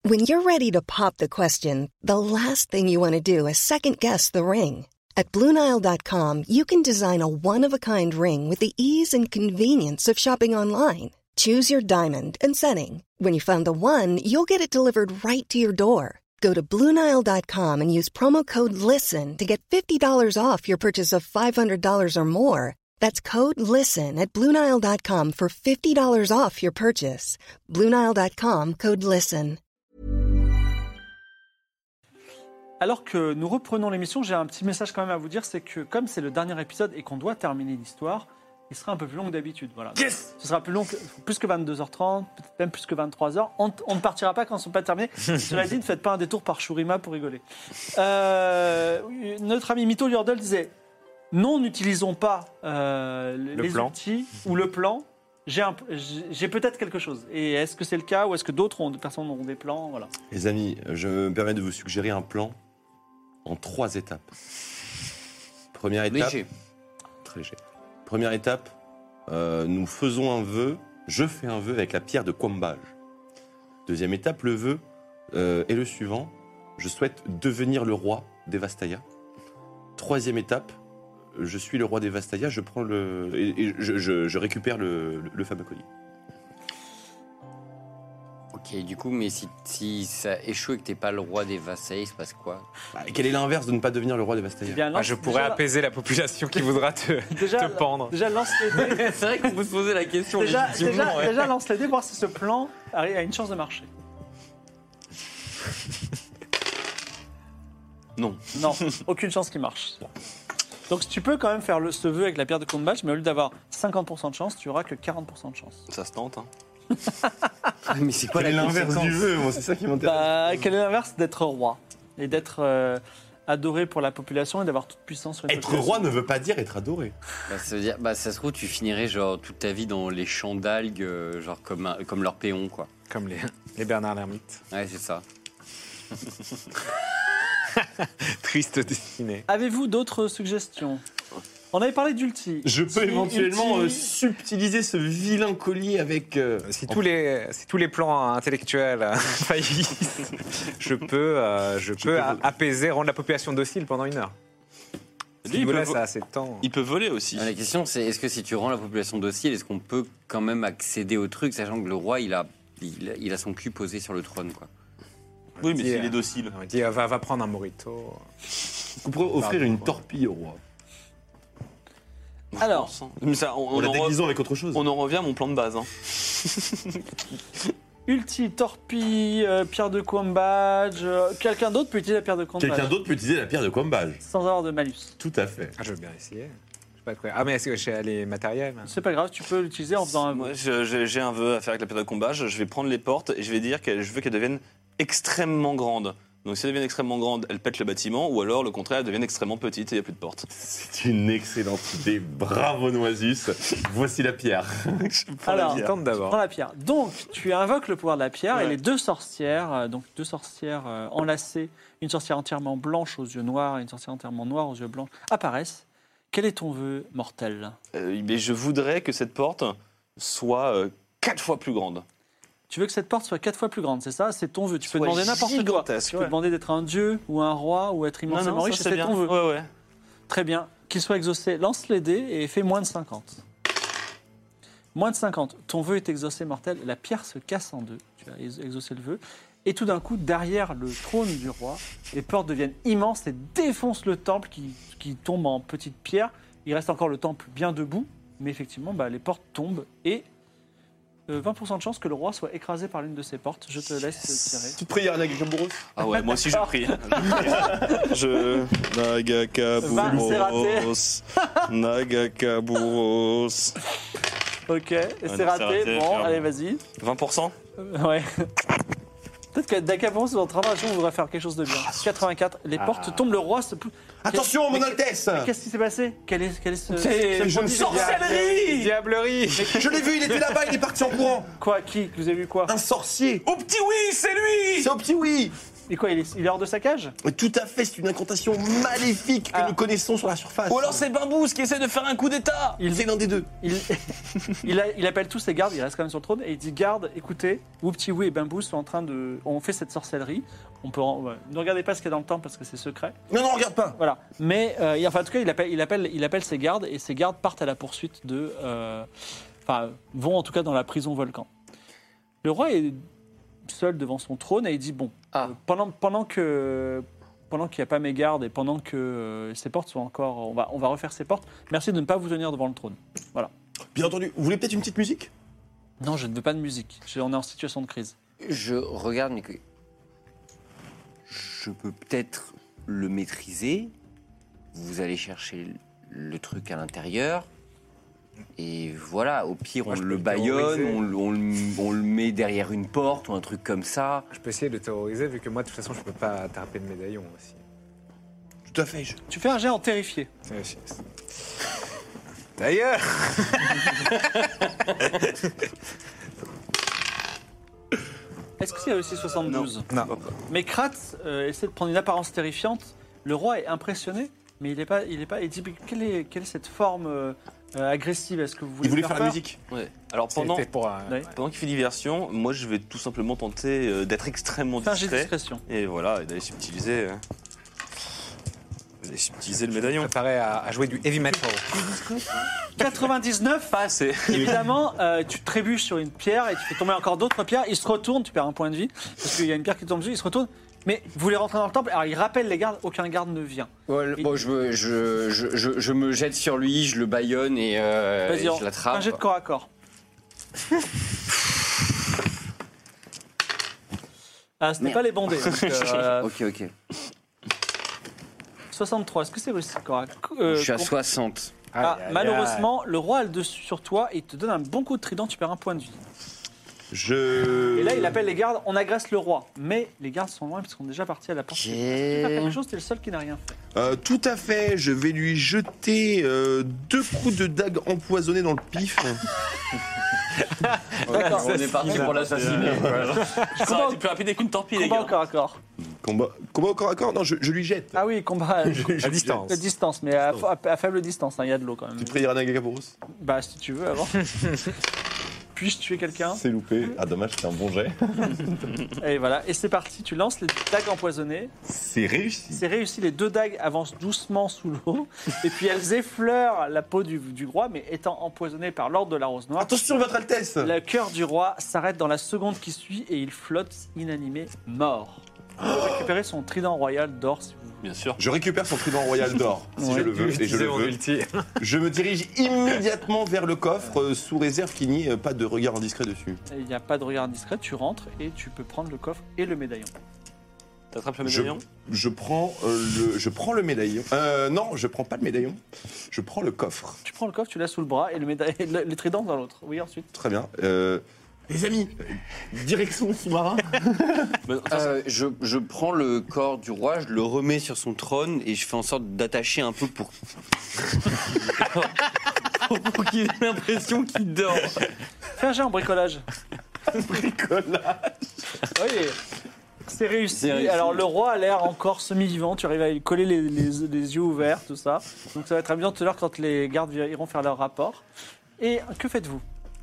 When you're ready to pop the question, the last thing you want to do is second-guess the ring. At BlueNile.com, you can design a one-of-a-kind ring with the ease and convenience of shopping online. Choose your diamond and setting. When you find the one, you'll get it delivered right to your door. Go to BlueNile.com and use promo code LISTEN to get $50 off your purchase of $500 or more. That's code LISTEN at BlueNile.com for $50 off your purchase. BlueNile.com, code LISTEN. Alors que nous reprenons l'émission, j'ai un petit message quand même à vous dire, c'est que comme c'est le dernier épisode et qu'on doit terminer l'histoire, il sera un peu plus long que d'habitude. Voilà. Yes. Ce sera plus long, plus que 22h30, peut-être même plus que 23h. On ne partira pas quand ils ne sont pas terminés. Cela dit, ne faites pas un détour par Shurima pour rigoler. Notre ami Mito Yordle disait, non, n'utilisons pas les outils ou le plan. J'ai peut-être quelque chose. Et est-ce que c'est le cas ou est-ce que d'autres personnes auront des plans, voilà. Les amis, je me permets de vous suggérer un plan en 3 étapes. Première étape. Léger. Très léger. Première étape, nous faisons un vœu. Je fais un vœu avec la pierre de Combage. Deuxième étape, le vœu est le suivant. Je souhaite devenir le roi d'Evastaya. Troisième étape, je suis le roi d'Evastaya, je prends je récupère le fameux collier. Ok, du coup, mais si ça échoue et que t'es pas le roi des Vassai, il se passe quoi? Quel est l'inverse de ne pas devenir le roi d'Evastaya? Je pourrais apaiser la population qui voudra te pendre. Déjà, lance les dés. C'est vrai qu'on peut se poser la question. Déjà, lance les dés, voir si ce plan a une chance de marcher. Non. Non, aucune chance qu'il marche. Donc tu peux quand même faire ce vœu avec la pierre de combat, mais au lieu d'avoir 50% de chance, tu auras que 40% de chance. Ça se tente, hein. Mais c'est quoi l'inverse du vœu? Moi, c'est ça qui m'intéresse. Quel est l'inverse d'être roi et d'être adoré pour la population et d'avoir toute puissance sur la population? Être roi ne veut pas dire être adoré. Ça veut dire, ça se trouve, tu finirais genre toute ta vie dans les champs d'algues, genre comme leur péon, quoi. Comme les Bernard l'Ermite. Ouais, c'est ça. Triste destinée. Avez-vous d'autres suggestions? On avait parlé d'Ulti. Je peux éventuellement subtiliser ce vilain collier avec... Si tous les plans intellectuels faillissent, je peux apaiser, rendre la population docile pendant 1 heure. Lui, il me laisse assez de temps. Il peut voler aussi. La question, c'est est-ce que si tu rends la population docile, est-ce qu'on peut quand même accéder au truc, sachant que le roi, il a son cul posé sur le trône, quoi. Oui, mais s'il est docile. On dit, va prendre un mojito. On pourrait offrir une torpille au roi. Alors, mais ça, on la déguisons avec autre chose. On en revient à mon plan de base. Hein. Ulti, torpille, pierre de combage. Quelqu'un d'autre peut utiliser la pierre de combage. Quelqu'un d'autre peut utiliser la pierre de combage. Sans avoir de malus. Tout à fait. Je veux bien essayer. Je sais pas quoi. Ah, mais est-ce que j'ai les matériels? C'est pas grave, tu peux l'utiliser en faisant un... Moi, j'ai un vœu à faire avec la pierre de combage. Je vais prendre les portes et je vais dire que je veux qu'elles deviennent extrêmement grandes. Donc si elles deviennent extrêmement grandes, elles pètent le bâtiment, ou alors le contraire, elles deviennent extrêmement petites et il n'y a plus de portes. C'est une excellente idée. Bravo Noisus. Voici la pierre. Alors, tente d'abord. Prends la pierre. Donc, tu invoques le pouvoir de la pierre et les deux sorcières, enlacées, une sorcière entièrement blanche aux yeux noirs et une sorcière entièrement noire aux yeux blancs, apparaissent. Quel est ton vœu mortel? Mais je voudrais que cette porte soit 4 fois plus grande. Tu veux que cette porte soit 4 fois plus grande, c'est ça? C'est ton vœu. Tu peux demander n'importe quoi. Tu peux demander d'être un dieu ou un roi ou être immensément riche, c'est ton vœu. Ouais. Très bien. Qu'il soit exaucé. Lance les dés et fais moins de 50. Moins de 50. Ton vœu est exaucé mortel. La pierre se casse en deux. Tu as exaucé le vœu. Et tout d'un coup, derrière le trône du roi, les portes deviennent immenses et défoncent le temple qui tombe en petites pierres. Il reste encore le temple bien debout, mais effectivement, les portes tombent et 20% de chance que le roi soit écrasé par l'une de ces portes. Je te laisse tirer. Petite prière, Nagakaburos. Ah ouais, moi aussi je prie. Nagakaburos. Ok, et c'est raté. Bon, allez, vas-y. 20%. Ouais. Peut-être que Nagakaburos, dans le travail, on voudrait faire quelque chose de bien. 84, les portes tombent, le roi se... Attention, mon Altesse! Qu'est-ce qui s'est passé? Quel est C'est une sorcellerie! Diablerie! Je l'ai vu, il était là-bas, il est parti en courant. Quoi? Qui? Vous avez vu quoi? Un sorcier! Au petit oui, c'est lui! C'est au petit oui! Et quoi, il est hors de sa cage? Tout à fait, c'est une incantation maléfique que Ah. nous connaissons sur la surface. Ou alors c'est Bambous qui essaie de faire un coup d'état. C'est l'un des deux. Il appelle tous ses gardes, il reste quand même sur le trône, et il dit garde, écoutez, Whoopty-Woo et Bamboo sont en train de. On fait cette sorcellerie. Ouais. Ne regardez pas ce qu'il y a dans le temple parce que c'est secret. Non, regarde pas. Voilà. Mais enfin, en tout cas, il appelle ses gardes, et ses gardes partent à la poursuite de. Vont en tout cas dans la prison volcan. Le roi est seul devant son trône et il dit bon, pendant qu'il n'y a pas mes gardes et pendant que ces portes sont encore, on va refaire ces portes. Merci de ne pas vous tenir devant le trône. Voilà. Bien entendu. Vous voulez peut-être une petite musique? Non, je ne veux pas de musique. On est en situation de crise. Je regarde, mais je peux peut-être le maîtriser. Vous allez chercher le truc à l'intérieur. Et voilà, au pire, Moi, on je peux le le baillonne, terroriser. on le met derrière une porte ou un truc comme ça. Je peux essayer de le terroriser, vu que moi, de toute façon, je peux pas attraper le médaillon aussi. Tout à fait. Tu fais un jet en terrifié. D'ailleurs, Est-ce que c'est réussi 72? non. Mais Kratz essaie de prendre une apparence terrifiante. Le roi est impressionné, mais il dit mais quelle est cette forme agressive? Est-ce que vous voulez Il voulait faire la peur? musique. Ouais. Alors pendant C'était pour Ouais. qu'il fait diversion, moi je vais tout simplement tenter d'être extrêmement Fais un jet de discret. discrétion. Et voilà, et d'aller subtiliser. Le médaillon. préparé à jouer du heavy metal. 99. Pas assez. Évidemment, tu trébuches sur une pierre et tu fais tomber encore d'autres pierres. Il se retourne, tu perds un point de vie parce qu'il y a une pierre qui tombe dessus. Il se retourne. Mais vous voulez rentrer dans le temple? Alors il rappelle les gardes, aucun garde ne vient. Ouais, bon, je me jette sur lui, je le baillonne et Vas-y, je l'attrape. un jet de corps à corps. Ah, ce n'est Merde. pas les bondés. Ok. 63, est-ce que c'est réussi corps à corps? Je suis à 60. Malheureusement, le roi a le dessus sur toi et il te donne un bon coup de trident, tu perds un point de vie. Et là, il appelle les gardes, on agresse le roi. Mais les gardes sont loin parce qu'on est déjà partis à la porte. Si tu veux faire quelque chose, t'es le seul qui n'a rien fait. Tout à fait. Je vais lui jeter 2 coups de dague empoisonnés dans le pif. D'accord. On est parti pour l'assassiner. Ça aurait été plus rapide qu'une torpille, les Combat au gars. corps à corps. Combat au corps à corps? Non, je lui jette. Ah oui, combat À distance. à distance, mais à faible distance, hein, il y a de l'eau quand même. Tu te prends Irana-Gagaporos? Bah, si tu veux, avant. Puis-je tuer quelqu'un? C'est loupé. Ah, dommage, c'était un bon jet. Et voilà, et c'est parti, tu lances les dagues empoisonnées. C'est réussi. C'est réussi, les 2 dagues avancent doucement sous l'eau, et puis elles effleurent la peau du roi, mais étant empoisonnées par l'ordre de la rose noire, Attention, votre Altesse! le cœur du roi s'arrête dans la seconde qui suit et il flotte inanimé, mort. Vous pouvez récupérer son trident royal d'or si vous voulez. Bien sûr. Je récupère son trident royal d'or, si je le veux, et je le veux. Je me dirige immédiatement vers le coffre, sous réserve qu'il n'y ait pas de regard indiscret dessus. Il n'y a pas de regard discret, tu rentres et tu peux prendre le coffre et le médaillon. T'attrapes le médaillon? Je prends le médaillon. Non, je prends pas le médaillon. Je prends le coffre. Tu prends le coffre, tu l'as sous le bras et le trident dans l'autre. Oui, ensuite. Très bien. Les amis, direction sous-marin. Je prends le corps du roi, je le remets sur son trône et je fais en sorte d'attacher un peu pour qu'il ait l'impression qu'il dort. Fais un jet en bricolage. Bricolage. Oui. C'est réussi. C'est réussi. Alors le roi a l'air encore semi-vivant. Tu arrives à lui coller les yeux ouverts, tout ça. Donc ça va être amusant tout à l'heure quand les gardes iront faire leur rapport. Et que faites-vous?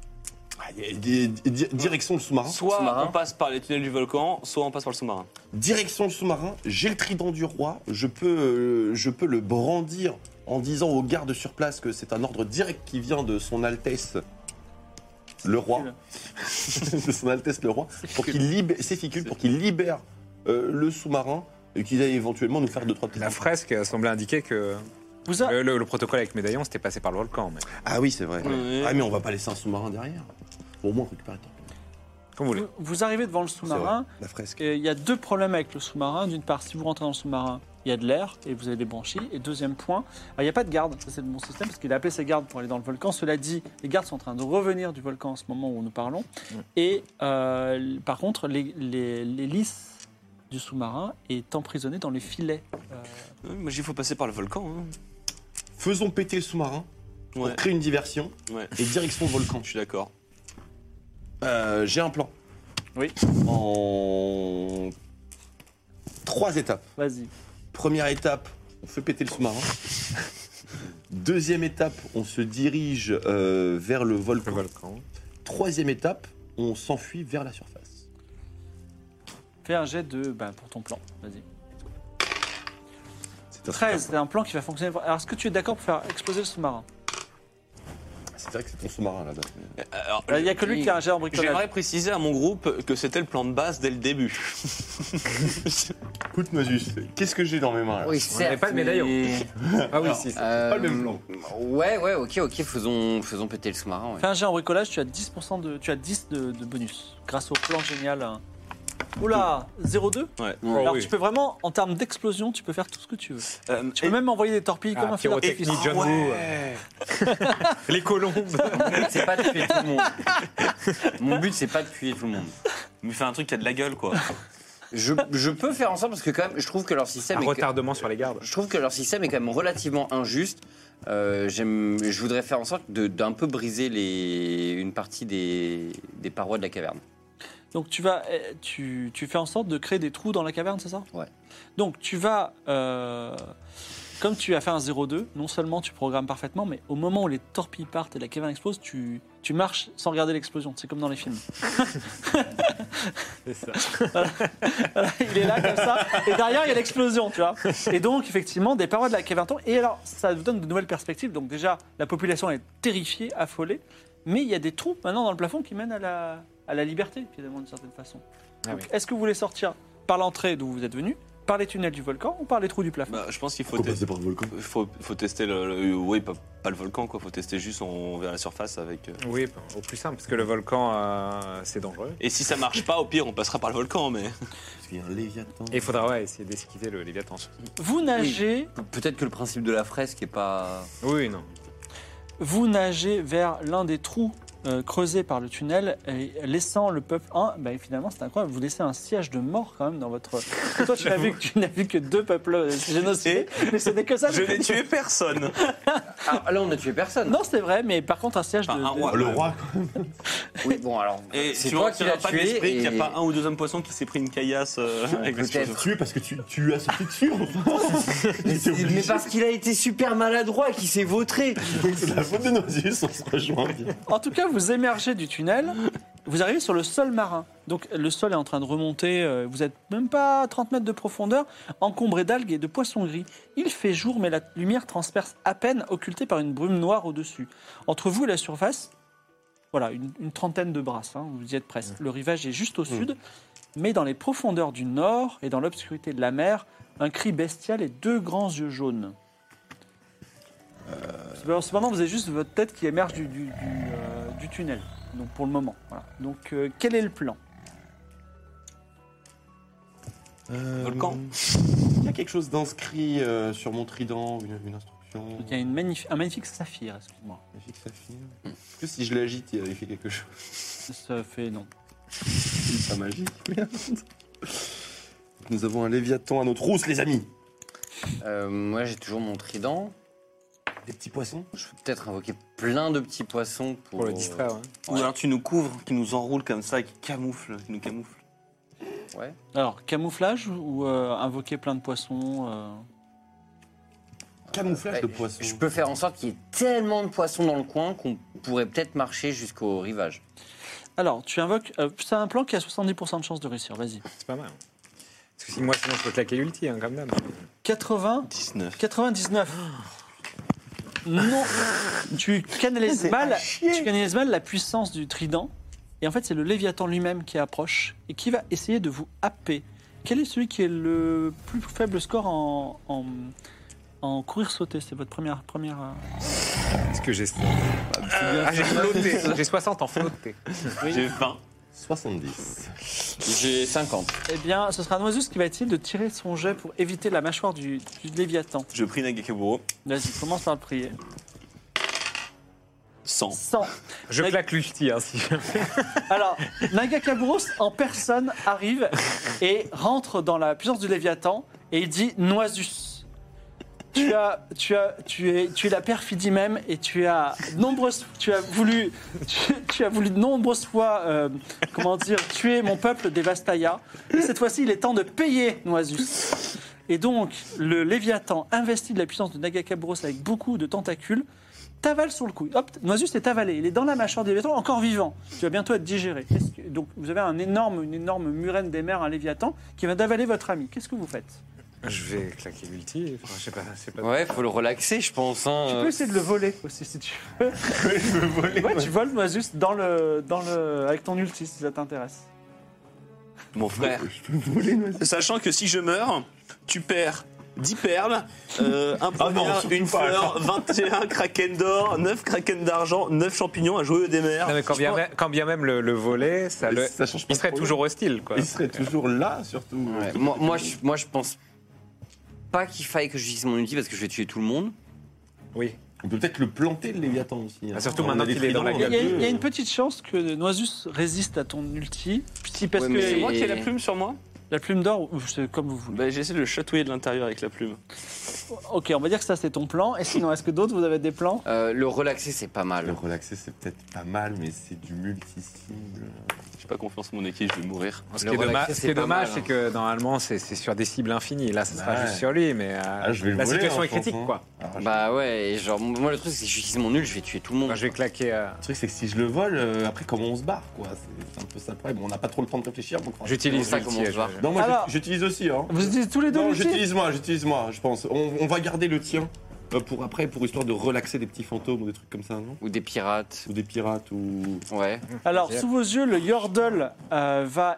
Direction le sous-marin. Soit Sous-marin. on passe par les tunnels du volcan, soit on passe par le sous-marin. Direction le sous-marin. J'ai le trident du roi. Je peux le brandir en disant aux gardes sur place que c'est un ordre direct qui vient de son Altesse le roi. De son Altesse le roi. Pour qu'il libère ses ficules, pour qu'il libère le sous-marin et qu'il aille éventuellement nous faire 2-3 petites. La fresque semblait indiquer que Vous a- le protocole avec médaillon, c'était passé par le volcan. Mais... Ah oui, c'est vrai. Ouais. Ah mais on va pas laisser un sous-marin derrière. Bon, au moins récupérer le temps. Comme vous voulez. vous arrivez devant le C'est sous-marin. vrai, la fresque. Il y a 2 problèmes avec le sous-marin. D'une part, si vous rentrez dans le sous-marin, il y a de l'air et vous avez des branchies. Et deuxième point, il n'y a pas de garde. Ça, c'est le bon système parce qu'il a appelé ses gardes pour aller dans le volcan. Cela dit, les gardes sont en train de revenir du volcan en ce moment où nous parlons. Et par contre, l'hélice du sous-marin est emprisonnée dans les filets. Moi, il faut passer par le volcan. Hein. Faisons péter le sous-marin pour Ouais. créer une diversion Ouais. et direction le volcan. Je suis d'accord. J'ai un plan. Oui. En 3 étapes. Vas-y. Première étape, on fait péter le sous-marin. Deuxième étape, on se dirige vers le volcan. Troisième étape, on s'enfuit vers la surface. Fais un jet pour ton plan. Vas-y. C'est un 13, super c'est un plan qui va fonctionner. Alors, est-ce que tu es d'accord pour faire exploser le sous-marin? C'est vrai que c'est ton sous-marin là-bas. Alors, Il n'y a que lui qui a un jet en bricolage. j'aimerais préciser à mon groupe que c'était le plan de base dès le début. Écoute, Mosus, qu'est-ce que j'ai dans mes mains là? Oui, On n'avait pas de médaillon. Ah oui, si. pas le même plan. Ouais, ok, faisons péter le sous-marin. Ouais. Fais un jet en bricolage, tu as 10 de bonus. Grâce au plan génial. Oula, 0,2. Ouais. Alors oui. tu peux vraiment, en termes d'explosion, tu peux faire tout ce que tu veux. Tu peux et- même envoyer des torpilles comme un feu d'artifice. Pyrotechnie John Woo. Les colombes. Mon but, c'est pas de tuer tout le monde. Mon but, c'est pas de tuer tout le monde. Mais fais un truc qui a de la gueule, quoi. Je peux faire en sorte parce que quand même, je trouve que leur système Un est retardement sur les gardes. je trouve que leur système est quand même relativement injuste. Je voudrais faire en sorte d'un peu briser une partie des parois de la caverne. Donc tu fais en sorte de créer des trous dans la caverne, c'est ça? Ouais. Donc tu vas, comme tu as fait un 0,2, non seulement tu programmes parfaitement, mais au moment où les torpilles partent et la caverne explose, tu marches sans regarder l'explosion. C'est comme dans les films. C'est ça. Voilà, il est là comme ça, et derrière il y a l'explosion, tu vois. Et donc effectivement des parois de la caverne tombent. Et alors ça vous donne de nouvelles perspectives. Donc déjà la population est terrifiée, affolée, mais il y a des trous maintenant dans le plafond qui mènent à la liberté finalement d'une certaine façon. Ah Donc, oui. est-ce que vous voulez sortir par l'entrée d'où vous êtes venu, par les tunnels du volcan ou par les trous du plafond? Je pense qu'il faut, Faut passer par le volcan. faut tester oui, pas le volcan, quoi. Faut tester juste vers la surface avec. Oui, au plus simple, parce que le volcan, c'est dangereux. Et si ça marche pas, au pire, on passera par le volcan, mais. Parce qu'il y a un léviathan. Et il faudra essayer d'esquiver le léviathan. Vous nagez, Peut-être que le principe de la fresque est pas. Oui, non. vous nagez vers l'un des trous creusés par le tunnel, et laissant le peuple. Finalement, c'est incroyable. Vous laissez un siège de mort quand même dans votre. Parce que toi, tu n'as vu que 2 peuples génocidés, mais ce n'est que ça. Je n'ai tué personne. Ah, là, on a tué personne. Non, c'est vrai, mais par contre, un siège Enfin, de. un roi. Le roi, quand même. Oui, bon alors. Et c'est tu toi vois qui qu'il l'as n'y a pas tué. d'esprit, qu'il n'y a et- pas un ou deux hommes poissons qui s'est pris une caillasse avec Peut-être. l'explosion. Tué parce que tu as sauté dessus, enfin. Mais parce qu'il a été super maladroit et qu'il s'est vautré. C'est la faute de Noisius, on se rejoint bien. En tout cas, vous émergez du tunnel, vous arrivez sur le sol marin. Donc le sol est en train de remonter, vous n'êtes même pas à 30 mètres de profondeur, encombré d'algues et de poissons gris. Il fait jour, mais la lumière transperce à peine, occultée par une brume noire au-dessus. Entre vous et la surface, voilà, une trentaine de brasses, hein, vous y êtes presque. Le rivage est juste au sud, mais dans les profondeurs du nord et dans l'obscurité de la mer, un cri bestial et 2 grands yeux jaunes. Cependant, vous avez juste votre tête qui émerge du tunnel. Donc pour le moment. Voilà. Donc quel est le plan? Volcan. Il y a quelque chose d'inscrit sur mon trident, une instruction. Il y a un magnifique saphir, excuse-moi. Magique saphir. Est-ce que si je l'agite, il fait quelque chose? Ça fait non. C'est pas magique, merde. Nous avons un léviathan à notre rousse, les amis. Moi, j'ai toujours mon trident. Des petits poissons. Je peux peut-être invoquer plein de petits poissons Pour le distraire, ouais. Ou alors tu nous couvres, qui nous enroule comme ça, qui nous camoufle. Ouais. Alors camouflage ou invoquer plein de poissons Camouflage de poissons. Je peux faire en sorte qu'il y ait tellement de poissons dans le coin qu'on pourrait peut-être marcher jusqu'au rivage. Alors tu invoques. C'est un plan qui a 70% de chance de réussir. Vas-y. C'est pas mal. Parce que si moi, sinon, je peux claquer l'ulti, hein, quand même. 19. 99. Non, tu canalises mal la puissance du trident. Et en fait, c'est le Léviathan lui-même qui approche et qui va essayer de vous happer. Quel est celui qui est le plus faible score en courir-sauter? C'est votre première. Est-ce que j'ai j'ai flotté. J'ai 60 en flotté. J'ai 20. 70. J'ai 50. Eh bien, ce sera Noisus qui va essayer de tirer son jet pour éviter la mâchoire du Léviathan. Je prie Nagakaburo. Vas-y, commence par le prier. 100. 100. Je claque l'ulti, hein, si je... Alors, Nagakaburos en personne arrive et rentre dans la puissance du Léviathan et il dit Noisus. tu es la perfidie même et tu as voulu de nombreuses fois, tuer mon peuple des Vastaya. Et cette fois-ci, il est temps de payer Noisus. Et donc, le Léviathan investi de la puissance de Nagakabouros avec beaucoup de tentacules t'avale sur le coup. Hop, Noisus est avalé. Il est dans la mâchoire du Léviathan, encore vivant. Tu vas bientôt être digéré. Donc, vous avez une énorme murène des mers, un Léviathan, qui va d'avaler votre ami. Qu'est-ce que vous faites? Je vais claquer l'ulti. Enfin, je sais pas. Ouais, faut le relaxer, je pense. Hein. Tu peux essayer de le voler aussi, si tu veux. Ouais, je veux voler. Ouais, tu voles Noisus avec ton ulti, si ça t'intéresse. Mon frère, Je peux voler, Noisus. sachant que si je meurs, tu perds 10 perles, un poignard, surtout une pas, fleur, 21 kraken d'or, 9 kraken d'argent, 9 champignons, un joyeux des mers. Non, mais quand bien même le volet, Ça change pas il serait de problème. toujours hostile, quoi. Il serait toujours là, surtout. Ouais, moi, je pense pas qu'il faille que j'utilise mon ulti parce que je vais tuer tout le monde. Oui. On peut peut-être le planter, le Léviathan aussi. Hein. Surtout On maintenant a des qu'il est dans la tridents, Il y, a, on il y a deux. une petite chance que Noisus résiste à ton ulti, parce Ouais, que mais C'est moi qui ai la plume sur moi. la plume d'or, c'est comme vous voulez. Bah, j'essaie de le chatouiller de l'intérieur avec la plume. Ok, on va dire que ça c'est ton plan. Et sinon, est-ce que d'autres vous avez des plans? Le relaxer, c'est pas Le mal. relaxer, c'est peut-être pas mal, mais c'est du multi-cible. J'ai pas confiance en mon équipe, je vais mourir. Ce Le qui est dommage, relaxer, ce qui est c'est pas dommage, mal, c'est que normalement, c'est sur des cibles infinies. Là, ça sera Ouais. juste sur lui, mais Je vais le la voler, situation hein, est je pense, critique, hein. quoi. Alors, Bah ouais, et genre, moi le truc, c'est que si j'utilise mon ult, je vais tuer tout le monde. Enfin, je vais claquer. Le truc, c'est que si je le vole, après, comment on se barre, quoi? C'est un peu ça le problème. On n'a pas trop le temps de réfléchir. Donc, J'utilise ça, l'ulti, comment on se je- barre Non, moi, Alors- j'utilise aussi, hein. Vous utilisez tous les deux Non, l'ulti? j'utilise moi, je pense. On va garder le tien pour histoire de relaxer des petits fantômes ou des trucs comme ça, non? Ou des pirates. Ou des pirates ou. Ouais. Alors, sous vos yeux, le Yordle va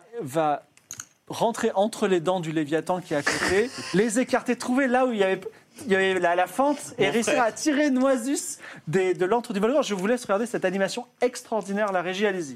rentrer entre les dents du Léviathan qui est à côté, les écarter, trouver là où il y avait la fente et réussir à tirer Noisus de l'antre du voleur. Je vous laisse regarder cette animation extraordinaire, la régie, allez-y.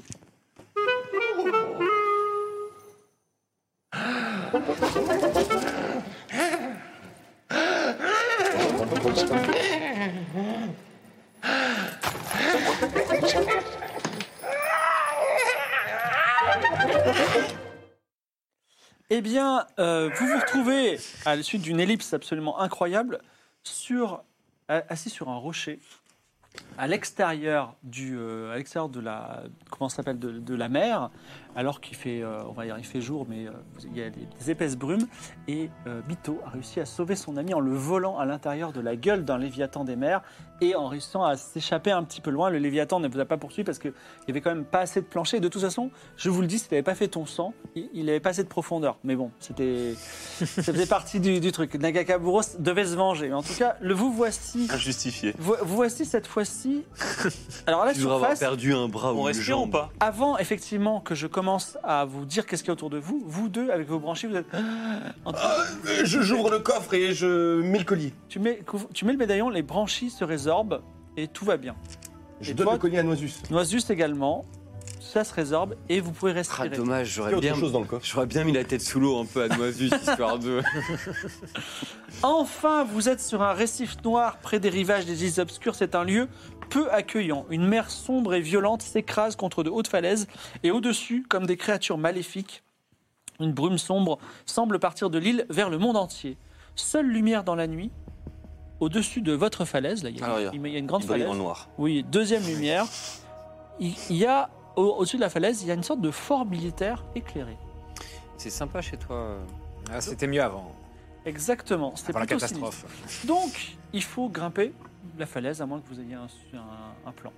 Eh bien, vous vous retrouvez, à la suite d'une ellipse absolument incroyable, assis sur un rocher, à l'extérieur de la, comment ça s'appelle, de la mer, alors qu'il fait, on va dire, il fait jour, mais il y a des épaisses brumes. Et Bito a réussi à sauver son ami en le volant à l'intérieur de la gueule d'un Léviathan des mers et en réussissant à s'échapper un petit peu loin. Le Léviathan ne vous a pas poursuivi parce qu'il n'y avait quand même pas assez de plancher. Et de toute façon, je vous le dis, s'il n'avait pas fait ton sang, il n'avait pas assez de profondeur. Mais bon, ça faisait partie du truc. Nagakabouros devait se venger. Mais en tout cas, vous voici. Injustifié. Vous voici cette fois-ci. Alors à la Tu devrais avoir surface, perdu un bras On ou une respire ou jambe. pas? avant effectivement que je commence à vous dire qu'est-ce qu'il y a autour de vous, vous deux, avec vos branchies, vous êtes... J'ouvre le coffre et je mets le collier. Tu mets le médaillon, les branchies se résorbent et tout va bien. Je Et donne toi, le collier à Noisus. Noisus également, ça se résorbe et vous pouvez Ah, respirer. dommage, Il y a autre chose dans le coffre. j'aurais bien mis la tête sous l'eau un peu à Noisus, histoire de. Enfin, vous êtes sur un récif noir près des rivages des îles obscures. C'est un lieu peu accueillant. Une mer sombre et violente s'écrase contre de hautes falaises et au-dessus, comme des créatures maléfiques, une brume sombre semble partir de l'île vers le monde entier. Seule lumière dans la nuit, au-dessus de votre falaise, là, il y a une grande Il brille falaise. dans le noir. Oui, deuxième lumière. Il y a, au-dessus de la falaise, il y a une sorte de fort militaire éclairé. C'est sympa chez toi. Ah, c'était mieux avant, Exactement, c'était avant la plutôt catastrophe. sinistre. Donc, il faut grimper la falaise, à moins que vous ayez un plan.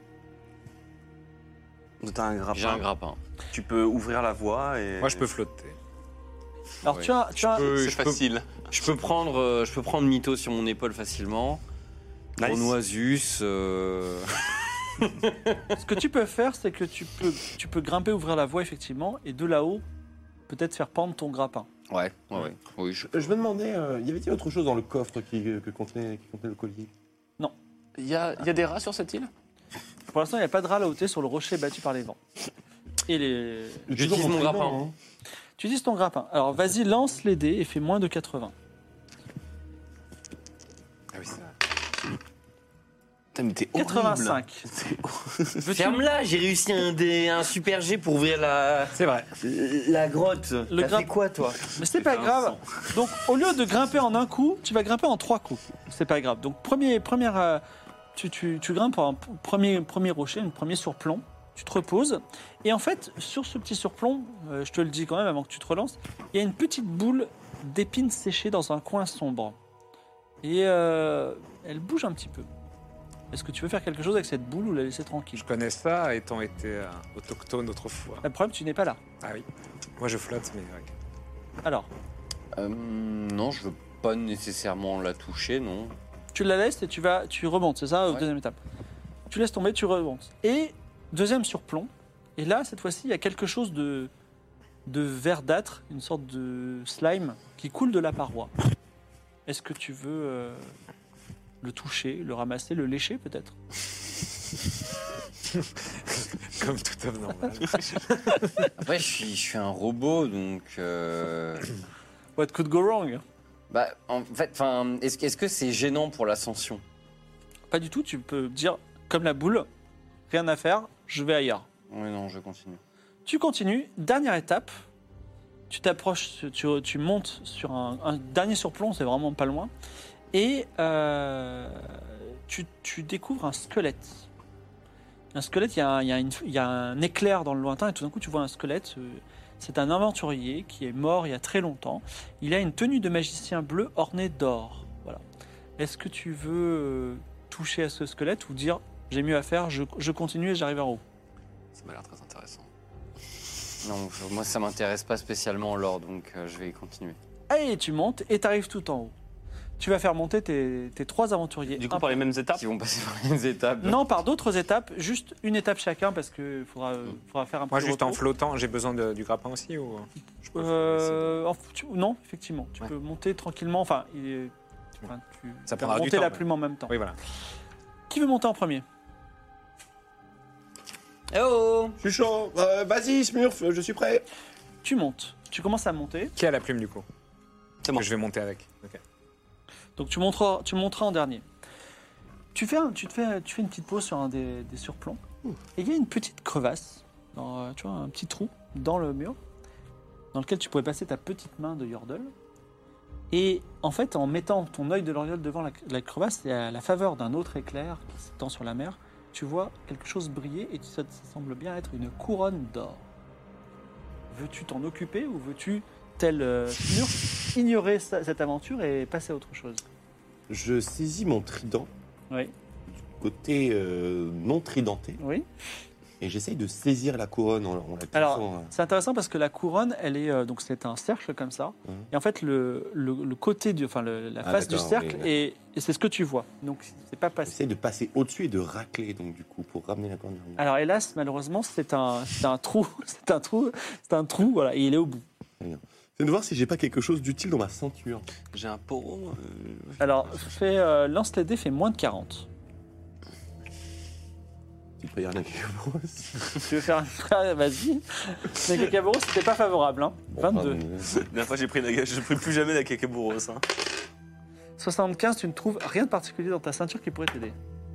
T'as un grappin. J'ai un grappin. Tu peux ouvrir la voie et. Moi, je peux flotter. Alors, Ouais. tu as C'est facile. Je peux prendre Mito sur mon épaule facilement. Nice. Pour Noisus. ce que tu peux faire, c'est que tu peux grimper, ouvrir la voie, effectivement, et de là-haut, peut-être faire pendre ton grappin. Ouais. Oui, Je me demandais, y avait-il autre chose dans le coffre qui contenait le collier? Il y a des rats sur cette île? Pour l'instant, il n'y a pas de rat là-haut, sur le rocher battu par les vents. Et les... J'utilise mon trident, grappin. hein. Tu utilises ton grappin. Alors, vas-y, lance les dés et fais moins de 80. Ah oui, ça. Putain, mais t'es horrible. 85. Veux-tu- Ferme-la, j'ai réussi un super G pour ouvrir C'est vrai. la grotte. Le T'as grappe- fait quoi, toi? Mais c'est pas grave. Donc, au lieu de grimper en un coup, tu vas grimper en 3 coups. C'est pas grave. Donc, tu grimpes en premier rocher, un premier surplomb. Tu te reposes. Et en fait, sur ce petit surplomb, je te le dis quand même avant que tu te relances, il y a une petite boule d'épines séchées dans un coin sombre. Et elle bouge un petit peu. Est-ce que tu veux faire quelque chose avec cette boule ou la laisser tranquille? Je connais ça, étant été autochtone autrefois. Le problème, tu n'es pas là. Ah oui. Moi, je flotte, mais ouais. Alors, Non, je veux pas nécessairement la toucher, non. tu la laisses et tu remontes, c'est ça, Ouais. deuxième étape. Tu laisses tomber, tu remontes. Et deuxième surplomb. Et là, cette fois-ci, il y a quelque chose de verdâtre, une sorte de slime qui coule de la paroi. Est-ce que tu veux le toucher, le ramasser, le lécher peut-être? Comme tout homme normal. Après, je suis un robot, donc. What could go wrong? Bah, en fait, est-ce que c'est gênant pour l'ascension? Pas du tout, tu peux dire, comme la boule, rien à faire, je vais ailleurs. Oui, non, je continue. Tu continues, dernière étape, tu t'approches, tu montes sur un dernier surplomb, c'est vraiment pas loin, et tu découvres un squelette. Un squelette, il y a un éclair dans le lointain, et tout d'un coup tu vois un squelette. C'est un aventurier qui est mort il y a très longtemps. Il a une tenue de magicien bleu ornée d'or. Voilà. Est-ce que tu veux toucher à ce squelette ou dire j'ai mieux à faire, je continue et j'arrive en haut? Ça m'a l'air très intéressant. Non, moi, ça m'intéresse pas spécialement l'or, donc je vais continuer. Allez, tu montes et tu arrives tout en haut. Tu vas faire monter tes 3 aventuriers. Du coup, par les mêmes étapes. Qui vont passer par les étapes. Non, par d'autres étapes, juste une étape chacun parce qu'il faudra faire un peu Moi, de juste en repos. flottant, j'ai besoin du grappin aussi ou... je peux Non, effectivement, tu Ouais. peux monter tranquillement. Enfin, tu Ça peux prendra du monter temps, la mais- plume en même temps. Oui, voilà. Qui veut monter en premier? Eh oh! Je suis chaud. Vas-y, Smurf, je suis prêt. Tu montes. Tu commences à monter. Qui a la plume, du coup? C'est moi. Que je vais monter avec. Ok. Donc tu monteras en dernier. Tu fais une petite pause sur un des surplombs. Et il y a une petite crevasse, tu vois, un petit trou dans le mur, dans lequel tu pourrais passer ta petite main de Yordle. Et en fait, en mettant ton œil de l'Oriole devant la crevasse, et à la faveur d'un autre éclair qui s'étend sur la mer, tu vois quelque chose briller et ça semble bien être une couronne d'or. Veux-tu t'en occuper ou veux-tu, tel Smurf, ignorer cette aventure et passer à autre chose? Je saisis mon trident Oui. du côté non tridenté Oui. et j'essaye de saisir la couronne en la poussant. Alors, c'est intéressant parce que la couronne, elle est donc c'est un cercle comme ça, et en fait le côté la face du d'accord, cercle oui, et c'est ce que tu vois. Donc c'est pas passé. J'essaye de passer au-dessus et de racler donc du coup pour ramener la couronne. Alors hélas, malheureusement, c'est un trou, c'est un trou, voilà, et il est au bout. C'est de voir si j'ai pas quelque chose d'utile dans ma ceinture. J'ai un poro. Alors lance les dés, fait moins de 40. Tu peux y aller avec Tu veux faire un vas-y. Mais Kakaboro, c'était pas favorable, hein. 22. La dernière fois, j'ai pris la je ne pris plus jamais la Kakabouros. Hein. 75, tu ne trouves rien de particulier dans ta ceinture qui pourrait t'aider.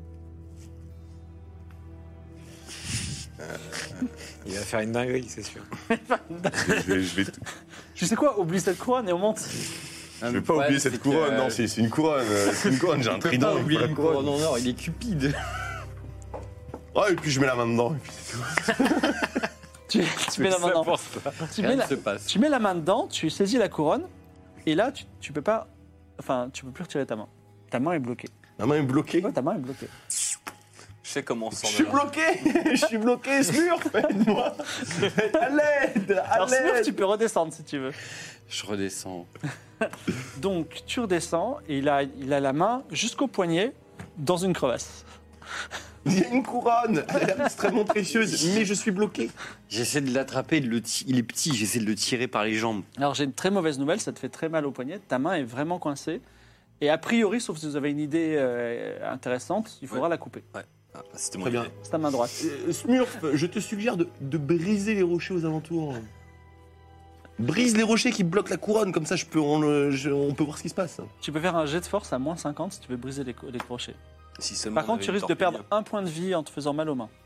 Il va faire une dinguerie, c'est sûr. je vais Tu sais quoi, oublie cette couronne et on monte. Je vais pas oublier cette couronne, non, c'est une couronne. C'est une couronne, j'ai un trident. il faut la une couronne en or, il est cupide. Ah, et puis je mets la main dedans. Et puis c'est tout. Tu mets la main dedans. Tu mets Rien ne la- se passe. Tu mets la main dedans, tu saisis la couronne, et là, tu peux pas. Enfin, tu peux plus retirer ta main. Ta main est bloquée. Ma main est bloquée. Ouais, ta main est bloquée. Je sais comment on Je s'en suis bloqué. Je suis bloqué, Smurf, aide-moi. À l'aide, à Alors, Smurf, l'aide. tu peux redescendre si tu veux. Je redescends. Donc, tu redescends, et il a la main jusqu'au poignet dans une crevasse. Il y a une couronne. Elle a l'air extrêmement précieuse, mais je suis bloqué. J'essaie de l'attraper, il est petit, j'essaie de le tirer par les jambes. Alors, j'ai une très mauvaise nouvelle, ça te fait très mal au poignet. Ta main est vraiment coincée. Et a priori, sauf si vous avez une idée intéressante, il faudra Ouais. la couper. Ah, c'était mon Très bien. idée. C'est ta main droite. Smurf, je te suggère de briser les rochers aux alentours. Brise les rochers qui bloquent la couronne, comme ça on peut voir ce qui se passe. Tu peux faire un jet de force à moins 50 si tu veux briser les crochets. Si seulement Par on contre, avait tu une risques de torpille. perdre un point de vie en te faisant mal aux mains.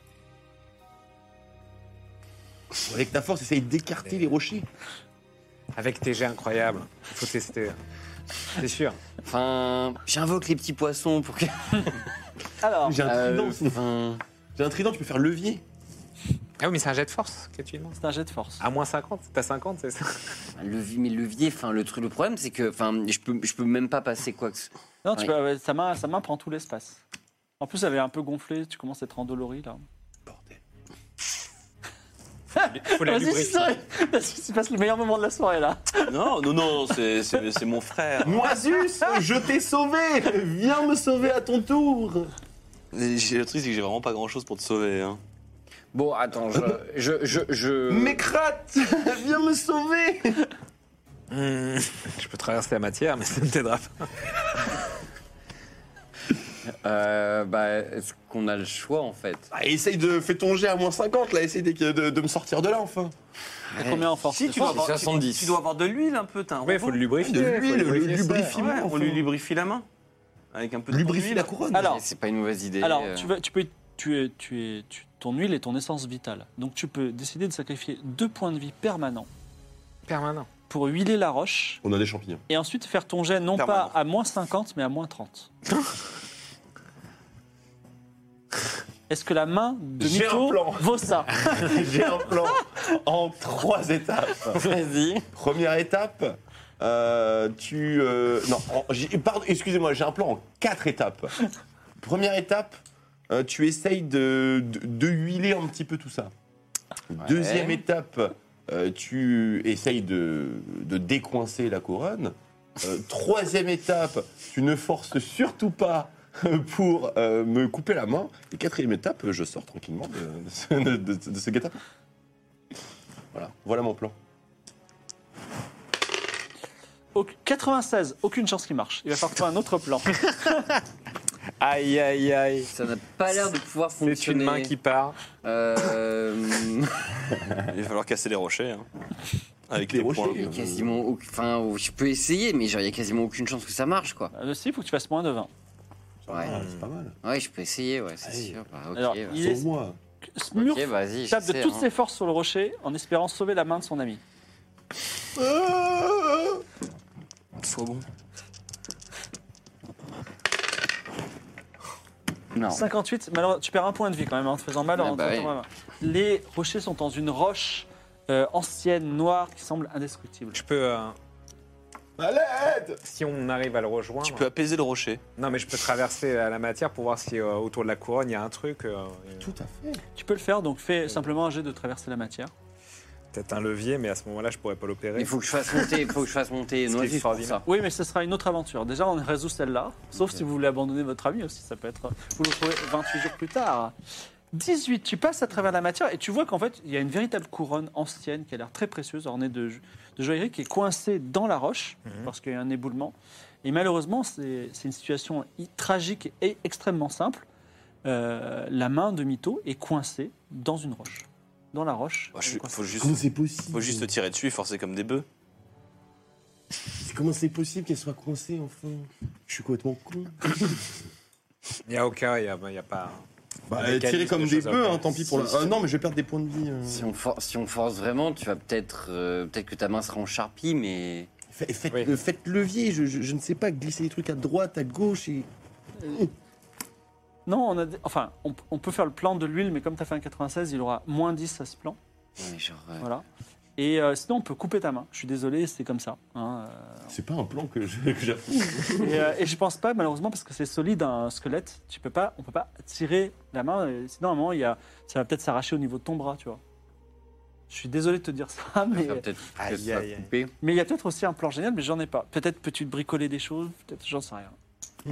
Avec ta force, essaye d'écarter les rochers. Avec tes jets incroyables. Il faut tester. C'est sûr. Enfin, j'invoque les petits poissons pour que. Alors, J'ai un trident. Enfin, J'ai un trident, tu peux faire levier. Ah oui, mais c'est un jet de force que tu demandes. c'est un jet de force. À moins 50, t'as 50, c'est ça? mais levier, enfin, le problème, c'est que, enfin, je peux même pas passer quoi que ce. Non, tu Oui. peux, sa main prend tout l'espace. En plus, elle est un peu gonflée, tu commences à être endolori là. Bordel. Faut la lubrifier. Tu passes le meilleur moment de la soirée là. Non, c'est mon frère. Moisus, je t'ai sauvé. Viens me sauver à ton tour. Le truc, c'est que j'ai vraiment pas grand-chose pour te sauver. Hein. Bon, attends, je. Mécrate, viens me sauver. Je peux traverser la matière, mais ça ne t'aidera pas. Est-ce qu'on a le choix en fait? Ah, essaye de faire ton jet à moins 50 là, essaye de me sortir de là enfin. T'as combien en force? Si, tu dois, avoir, 70. tu dois avoir de l'huile un peu, t'as un Ouais, il faut robot. le lubrifier. De l'huile, faut le lubrifier ça. lubrifie. Ouais, on enfin. lui lubrifie la main. Avec un peu de Lubrifie huile. la couronne. Alors, C'est pas une mauvaise idée. Alors, ton huile est ton essence vitale. Donc tu peux décider de sacrifier 2 points de vie permanents Permanent. pour huiler la roche On a des champignons. et ensuite faire ton jet non Permanent. pas à moins 50 mais à moins 30. Est-ce que la main de J'ai un Mytho plan. vaut ça? J'ai un plan en 3 étapes. Vas-y. Première étape, pardon, excusez-moi, j'ai un plan en 4 étapes. Première étape, tu essayes de huiler un petit peu tout ça. Deuxième étape, tu essayes de décoincer la couronne. Troisième étape, tu ne forces surtout pas pour me couper la main. Et quatrième étape, je sors tranquillement de ce guet-apens. Voilà mon plan. 96, aucune chance qu'il marche. Il va falloir trouver un autre plan. Aïe, aïe, aïe. Ça n'a pas l'air de pouvoir C'est une fonctionner. main qui part. Il va falloir casser les rochers. Hein. Avec Les les rochers. points. Il y a quasiment, enfin, je peux essayer, mais genre, il y a quasiment aucune chance que ça marche, quoi. Si, il faut que tu fasses moins de 20. Ouais. C'est pas mal. Ouais, je peux essayer, ouais, c'est Allez. sûr. Bah, ok, Alors, bah. il est- Sauve-moi. Smurf Ok, vas-y, tape de j'essaie, toutes hein. ses forces sur le rocher en espérant sauver la main de son ami. Sois bon. Non. 58, malheureusement, tu perds un point de vie quand même en te faisant mal. Ah en bah te faisant mal. Les rochers sont dans une roche ancienne, noire, qui semble indestructible. Je peux. À l'aide. Si on arrive à le rejoindre. Tu peux apaiser le rocher. Non, mais je peux traverser la matière pour voir si autour de la couronne il y a un truc. Tout à fait. Tu peux le faire, donc fais simplement un jet de traverser la matière. Peut-être un levier, mais à ce moment-là, je pourrais pas l'opérer. Il faut que je fasse monter, Ce qui est Noisy pour extraordinaire. ça. Oui, mais ce sera une autre aventure. Déjà, on résout celle-là, sauf si vous voulez abandonner votre ami aussi, ça peut être... Vous le trouvez 28 jours plus tard. 18, tu passes à travers la matière et tu vois qu'en fait, il y a une véritable couronne ancienne qui a l'air très précieuse, ornée de joaillerie, qui est coincée dans la roche, parce qu'il y a un éboulement. Et malheureusement, c'est une situation tragique et extrêmement simple. La main de Mytho est coincée dans une roche. Dans la roche. Bah, elle est coincée. Comment c'est possible? Faut juste tirer dessus et forcer comme des bœufs. Comment c'est possible qu'elle soit coincée enfin? Je suis complètement con. Il n'y a aucun, il y a pas. Bah, mécanisme tirer comme de des choses à bœufs, faire. hein, tant pis pour la. Non, mais je vais perdre des points de vie. Si on force vraiment, tu vas peut-être que ta main sera en charpie, mais Faites Oui. faites levier, je ne sais pas, glisser des trucs à droite, à gauche et. Non, on peut faire le plan de l'huile, mais comme tu as fait un 96, il aura moins 10 à ce plan. ouais, genre. Voilà. Et sinon, on peut couper ta main. Je suis désolé, c'est comme ça. Hein. C'est pas un plan que j'approuve. Et je pense pas, malheureusement, parce que c'est solide, un squelette, on peut pas tirer la main. Sinon, à un moment, ça va peut-être s'arracher au niveau de ton bras, tu vois. Je suis désolé de te dire ça, mais Ça va peut-être que Aïe, ça va aïe, aïe. couper. il y a peut-être aussi un plan génial, mais j'en ai pas. Peut-être peux-tu te bricoler des choses, peut-être, j'en sais rien.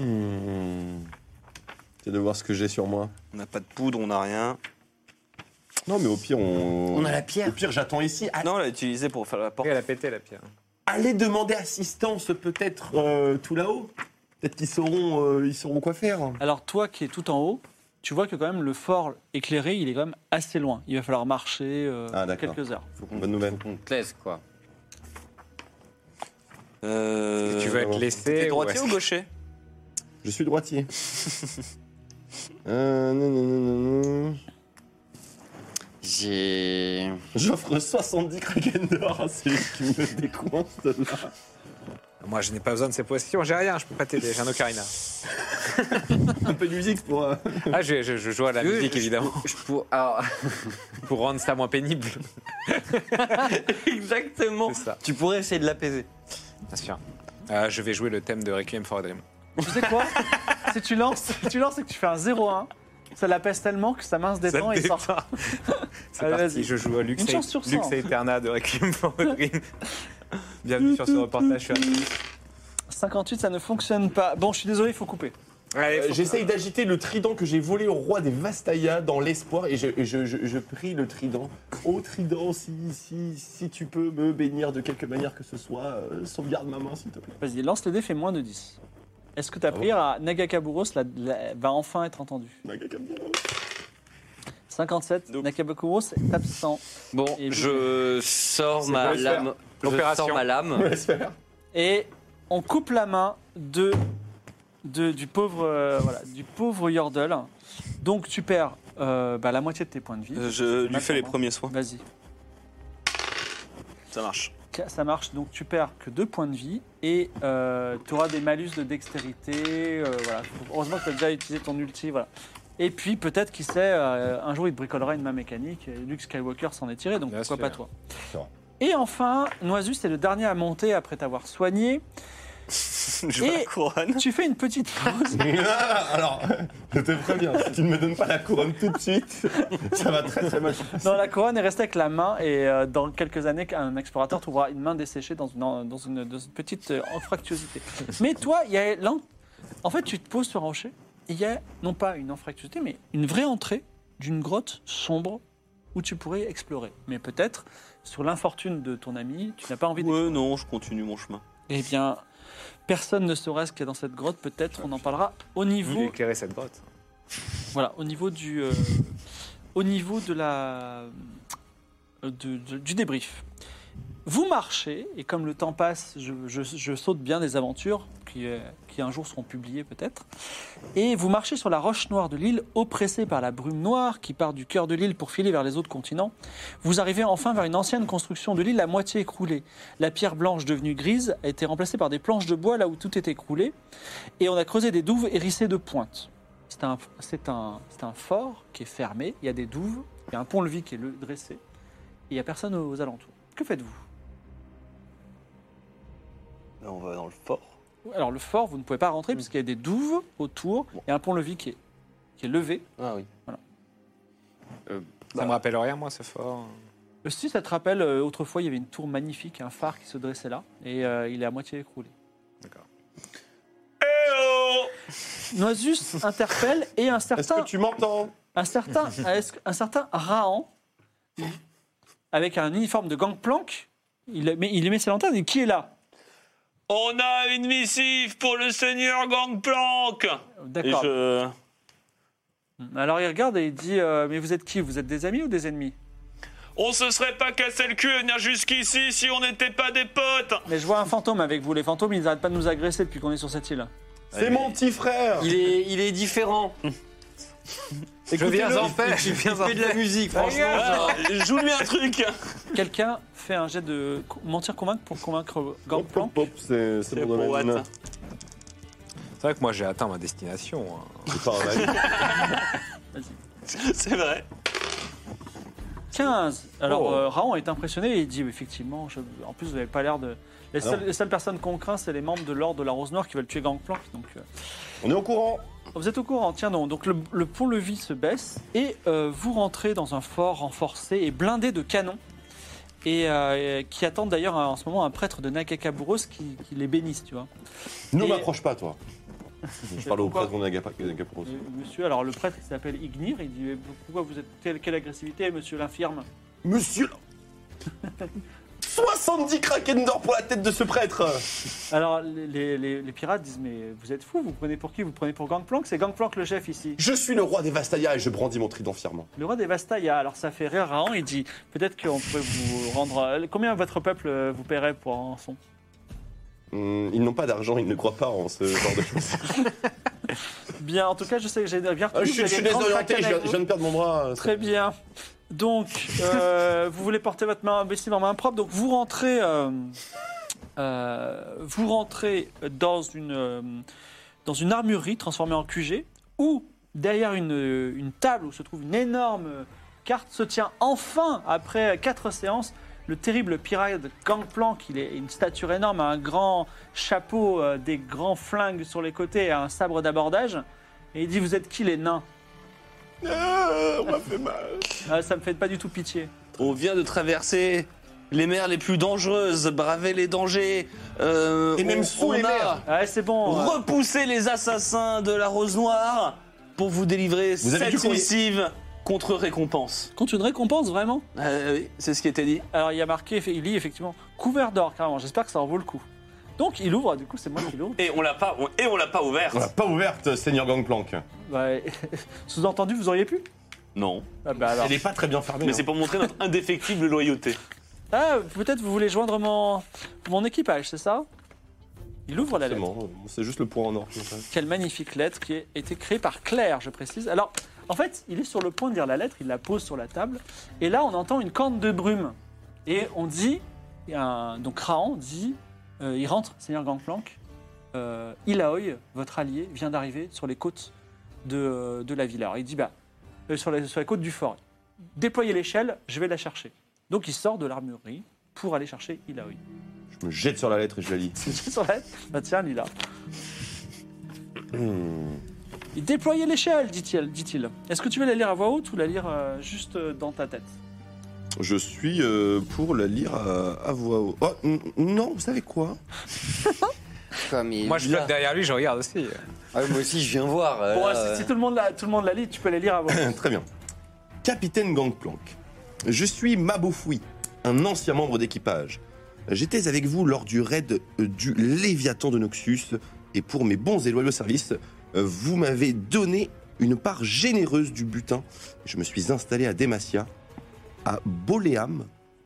C'est de voir ce que j'ai sur moi. On n'a pas de poudre, on n'a rien. Non, mais au pire, On a la pierre. Au pire, j'attends ici. Non, on l'a utilisé pour faire la porte. Après, elle a pété la pierre. Allez demander assistance, peut-être tout là-haut. Peut-être qu'ils sauront quoi faire. Alors, toi qui es tout en haut, tu vois que quand même le fort éclairé, il est quand même assez loin. Il va falloir marcher d'accord. quelques heures. Bonne nouvelle. Faut qu'on te laisse, quoi. Tu veux être bon. laissé T'es ou droitier est-ce ou gaucher? Je suis droitier. J'ai... J'offre 70 kraken d'or à celui qui me décoince là. Moi, je n'ai pas besoin de ces potions, j'ai rien, je peux pas t'aider, j'ai un ocarina. Un peu de musique pour... Ah, je joue à la musique, évidemment, Alors, pour rendre ça moins pénible. exactement. C'est ça. Tu pourrais essayer de l'apaiser. Bien sûr. Je vais jouer le thème de Requiem for a Dream. Tu sais quoi? Si tu lances et que tu fais un 0-1, ça l'apaise tellement que sa main se détend et sort. C'est Allez, parti, vas-y. je joue à Lux Une chance sur 100. Aeterna de Requiem for a Dream. Bienvenue sur ce reportage. Je suis 58, ça ne fonctionne pas. Bon, je suis désolé, il faut couper. Allez, J'essaye d'agiter le trident que j'ai volé au roi des Vastaya dans l'espoir et je prie le trident. Oh trident, si tu peux me bénir de quelque manière que ce soit, sauvegarde ma main s'il te plaît. Vas-y, lance les dés, fais moins de 10. Est-ce que ta prière à Nagakaburos va enfin être entendue? 57, Nope. Nagakaburos est absent. Bon, Et je sors C'est ma quoi, lame. Je Opération. sors ma lame. Laisse faire. Et on coupe la main du pauvre Yordle. Donc tu perds la moitié de tes points de vie. Je lui fais les premiers soins. Vas-y. Ça marche. Ça marche, donc tu perds que 2 points de vie et tu auras des malus de dextérité. Voilà. Heureusement que tu as déjà utilisé ton ulti. Voilà. Et puis peut-être, qui sait, un jour il te bricolera une main mécanique. Et Luke Skywalker s'en est tiré, donc Bien pourquoi sûr. pas toi. C'est vrai. Et enfin, Noisus est le dernier à monter après t'avoir soigné. Je veux la couronne. Tu fais une petite pause. Alors, je te préviens, si tu ne me donnes pas la couronne tout de suite, ça va très très mal se passer. Non, la couronne est restée avec la main et dans quelques années, un explorateur trouvera une main desséchée dans une petite anfractuosité. Mais toi, en fait, tu te poses sur un rocher. Il y a non pas une anfractuosité, mais une vraie entrée d'une grotte sombre où tu pourrais explorer. Mais peut-être, sur l'infortune de ton ami, tu n'as pas envie d'explorer. Ouais, non, je continue mon chemin. Eh bien, personne ne saura ce qu'il y a dans cette grotte. Peut-être, on en parlera au Vous niveau... éclairer cette grotte. Voilà, au niveau du débrief. Vous marchez, et comme le temps passe, je saute bien des aventures qui un jour seront publiées peut-être. Et vous marchez sur la roche noire de l'île, oppressé par la brume noire qui part du cœur de l'île pour filer vers les autres continents. Vous arrivez enfin vers une ancienne construction de l'île à moitié écroulée. La pierre blanche devenue grise a été remplacée par des planches de bois là où tout était écroulé. Et on a creusé des douves hérissées de pointes. C'est un fort qui est fermé, il y a des douves, il y a un pont-levis qui est dressé, et il n'y a personne aux alentours. Que faites-vous? Là, on va dans le fort. Alors le fort, vous ne pouvez pas rentrer puisqu'il y a des douves autour, il y a un pont-levis qui est levé. Ah oui. Ça me rappelle rien, moi, ce fort. Si ça te rappelle, autrefois il y avait une tour magnifique, un phare qui se dressait là, et il est à moitié écroulé. D'accord. Noisus interpelle et un Est-ce que certain tu m'entends? un certain Rahan, avec un uniforme de gangplank, il met ses lanternes et qui est là? On a une missive pour le seigneur Gangplank. D'accord. Et Alors il regarde et il dit mais vous êtes qui? Vous êtes des amis ou des ennemis? on se serait pas cassé le cul à venir jusqu'ici si on n'était pas des potes. Mais je vois un fantôme avec vous. Les fantômes, ils n'arrêtent pas de nous agresser depuis qu'on est sur cette île. C'est mon petit frère. Il est différent. Je viens en paix. Il fait de la musique, franchement. Ah, joue-lui un truc. Quelqu'un fait un jet de mentir convaincre pour convaincre Gangplank. C'est C'est mon pour domaine. Watt. C'est vrai que moi, j'ai atteint ma destination. C'est pas un C'est vrai. 15. Alors Oh. Raon est impressionné et il dit effectivement, en plus vous n'avez pas l'air de... Les seules personnes qu'on craint, c'est les membres de l'ordre de la Rose Noire qui veulent tuer Gangplank. Donc, On est au courant. vous êtes au courant, tiens donc le pont-levis se baisse et vous rentrez dans un fort renforcé et blindé de canons et qui attendent d'ailleurs en ce moment un prêtre de Nagakaburos qui les bénisse, tu vois. Ne Et- m'approche pas, toi. Je parle au Pourquoi prêtre de Nagapuro. Monsieur, alors le prêtre il s'appelle Ignir, il dit pourquoi vous êtes quelle agressivité, monsieur l'infirme? Monsieur 70 kraken d'or pour la tête de ce prêtre. Alors les pirates disent mais vous êtes fous, vous prenez pour qui? Vous prenez pour Gangplank? C'est Gangplank le chef ici. Je suis le roi des Vastaya et je brandis mon trident fièrement. Le roi des Vastaya, alors ça fait rire Rahan, il dit peut-être qu'on pourrait vous rendre... Combien votre peuple vous paierait pour un rançon? Ils n'ont pas d'argent, ils ne croient pas en ce genre de choses. Bien, en tout cas, je sais que j'ai bien retenu. Je suis vous avez une grande désorienté, fracas avec je viens de perdre mon bras. Très bien. Donc, vous voulez porter votre main vessie en main propre. Donc, vous rentrez dans une armurerie transformée en QG, où derrière une table où se trouve une énorme carte se tient enfin, après 4 séances, le terrible pirate Gangplank. Il est une stature énorme, un grand chapeau, des grands flingues sur les côtés et un sabre d'abordage. Et il dit: vous êtes qui, les nains? On m'a fait mal. Ça me fait pas du tout pitié. On vient de traverser les mers les plus dangereuses, braver les dangers. Et même sous les mers. Ouais, c'est bon. Repousser les assassins de la Rose Noire pour vous délivrer Vous avez cette dû qu'on y- missive contre récompense. Contre une récompense, vraiment? Oui, c'est ce qui était dit. Alors, il y a marqué, il lit effectivement, couvert d'or, carrément. J'espère que ça en vaut le coup. Donc, il ouvre, du coup, c'est moi qui l'ouvre. Et on l'a pas ouverte. On l'a pas ouverte, Seigneur Gangplank. Ouais. Sous-entendu, vous auriez pu? Non, Ah, bah alors. Elle est pas très bien fermée. mais hein. c'est pour montrer notre indéfectible loyauté. Ah, peut-être vous voulez joindre mon équipage, c'est ça? Il ouvre la lettre. Forcément, c'est juste le point en or. qui m'intéresse. Quelle magnifique lettre qui a été créée par Claire, je précise. Alors, en fait, il est sur le point de lire la lettre, il la pose sur la table, et là, on entend une corne de brume. Et on dit, donc Raon dit, il rentre, Seigneur Gangplank, Ilaoi, votre allié, vient d'arriver sur les côtes de la ville. Alors, il dit, sur les côtes du fort, déployez l'échelle, je vais la chercher. Donc, il sort de l'armurerie pour aller chercher Ilaoi. Je me jette sur la lettre et je la lis. Sur la lettre, bah tiens, lis-la. Hmm. Il déployait l'échelle, dit-il. Est-ce que tu veux la lire à voix haute ou la lire juste dans ta tête? Je suis pour la lire à voix haute. Oh, non, vous savez quoi? Comme il Moi, je est là. flotte derrière lui, je regarde aussi. Ah oui, moi aussi, je viens voir. Bon, là, si tout le monde la lit, tu peux les lire à voix haute. Très bien. Capitaine Gangplank, je suis Mabofoui, un ancien membre d'équipage. J'étais avec vous lors du raid du Léviathan de Noxus, et pour mes bons et loyaux services, vous m'avez donné une part généreuse du butin. Je me suis installé à Demacia, à Boléam,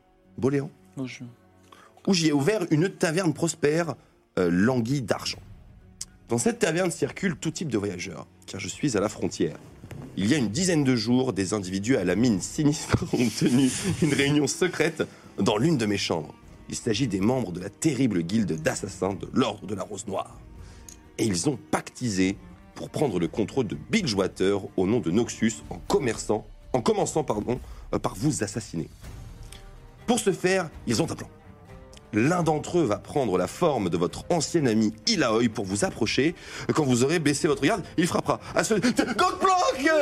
où j'y ai ouvert une taverne prospère, languie d'argent. Dans cette taverne circulent tout type de voyageurs, car je suis à la frontière. Il y a une dizaine de jours, des individus à la mine sinistre ont tenu une réunion secrète dans l'une de mes chambres. Il s'agit des membres de la terrible guilde d'assassins de l'Ordre de la Rose Noire. Et ils ont pactisé pour prendre le contrôle de Bilgewater au nom de Noxus en commençant par vous assassiner. Pour ce faire, ils ont un plan. L'un d'entre eux va prendre la forme de votre ancien ami Ilaoi pour vous approcher. Quand vous aurez baissé votre garde, il frappera à ce... Gangplank C'est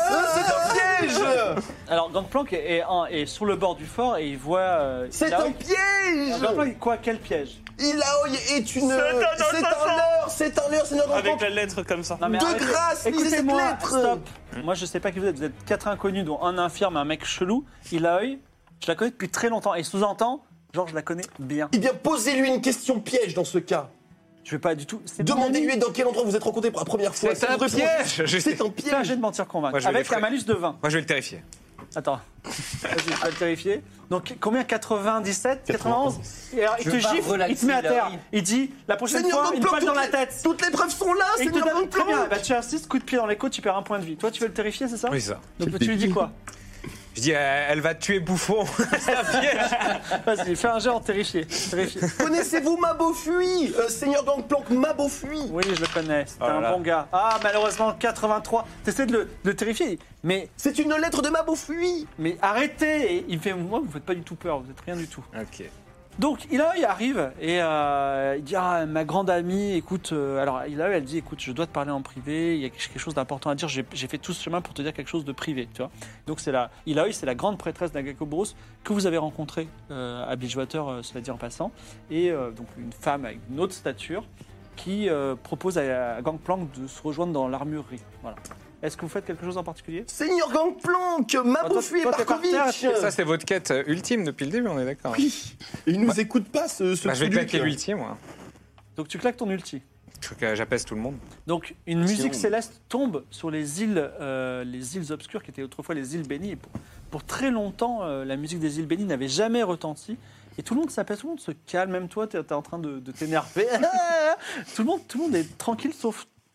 un piège Alors, Gangplank est sur le bord du fort et il voit... C'est un piège Gangplank, quoi? Quel piège? Ilaoi est une... C'est un leurre, Seigneur Avec Gangplank. la lettre comme ça. Non, mais De arrêtez. grâce, lisez cette Écoutez-moi, lettre. stop. Moi, je sais pas qui vous êtes 4 inconnus, dont un infirme, un mec chelou. Ilaoi, je la connais depuis très longtemps et sous-entend, genre, je la connais bien. Eh bien, posez-lui une question piège dans ce cas. Je vais pas du tout... c'est mon ami. Demandez-lui dans quel endroit vous êtes rencontrés pour la première fois. C'est un Vous répondez- piège. C'est un Fais un jet piège de mentir convaincre, Moi, je vais avec l'effrayer. un malus de 20. Moi, je vais le terrifier. Attends, vas-y, je vais le vérifier. Donc, combien? 97, 91. Et alors, il Je te veux pas gifle, il te relaxer, met à là, terre. oui. Il dit, la prochaine Seigneur fois, une Gangplank, balle dans la tête. toutes les preuves sont là, Et il te Seigneur donne, très bien, Gangplank. bah, tu insistes, coup de pied dans les côtes, tu perds un point de vie. Toi, tu veux le terrifier, c'est ça? Oui, c'est ça. Donc, tu lui dis quoi? Je dis, elle va tuer Bouffon. C'est un piège. Vas-y, fais un jet en terrifié. Connaissez-vous Mabofuy Seigneur Gangplank, Mabofuy Oui, je le connais, c'est Oh là un là. bon gars. Ah, malheureusement, 83. T'essaies de le terrifier, mais C'est une lettre de Mabofuy. arrêtez. Et il fait, moi, vous faites pas du tout peur, vous êtes rien du tout. Ok. Donc, Ilaoi arrive et il dit, ah, ma grande amie, écoute, alors Ilaoi, elle dit, écoute, je dois te parler en privé, il y a quelque chose d'important à dire, j'ai fait tout ce chemin pour te dire quelque chose de privé, tu vois. Donc, Ilaoi, c'est la grande prêtresse d'Agakobros que vous avez rencontrée à Bilgewater, cela dit en passant, et donc une femme avec une haute stature qui propose à Gangplank de se rejoindre dans l'armurerie. Voilà. Est-ce que vous faites quelque chose en particulier? Seigneur Gangplank, Mabofuy et toi, t'es par terre, Barkovitch. Ça, c'est votre quête ultime depuis le début, on est d'accord. Oui. Et il nous écoute pas, ce Bah, je vais truc. claquer l'ultime, moi. Donc, tu claques ton ulti. Je veux que j'apaise tout le monde. Donc, une musique Sinon- céleste tombe sur les îles obscures qui étaient autrefois les îles bénies. Et pour très longtemps, la musique des îles bénies n'avait jamais retenti. Et tout le monde s'apaise, tout le monde se calme. Même toi, tu es en train de t'énerver. tout le monde est tranquille, sauf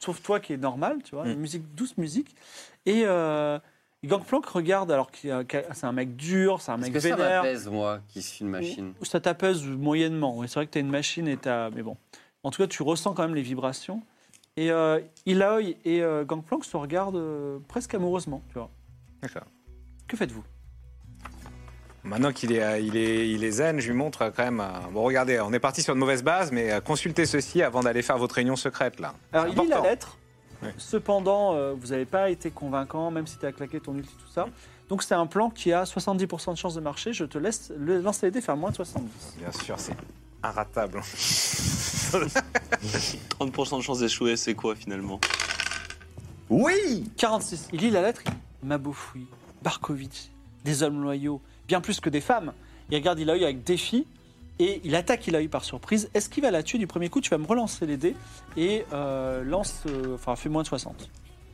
sauf toi qui est normal, tu vois, une musique, douce musique. Et Gangplank regarde, alors que c'est un mec dur, c'est un mec Est-ce que ça vénère. m'apaise, moi, qui suis une machine? Ça t'apaise moyennement. Oui, c'est vrai que tu es une machine et mais bon. En tout cas, tu ressens quand même les vibrations. Et Ilaoi et Gangplank se regardent presque amoureusement, tu vois. D'accord. Que faites-vous? Maintenant qu'il est zen, je lui montre quand même. Bon, regardez, on est parti sur une mauvaise base, mais consultez ceci avant d'aller faire votre réunion secrète là. Alors, il lit la important. lettre. Oui. Cependant, vous n'avez pas été convaincant, même si tu as claqué ton ulti, tout ça. Donc, c'est un plan qui a 70% de chance de marcher. Je te laisse lancer les dés faire moins de 70. Bien sûr, c'est inratable. 30% de chance d'échouer, c'est quoi finalement? Oui 46. Il lit la lettre. Mabofoui, Barkovitch, des hommes loyaux, bien plus que des femmes. Il regarde Ilaoi avec défi et il attaque Ilaoi par surprise. Est-ce qu'il va la tuer du premier coup? Tu vas me relancer les dés et fais moins de 60.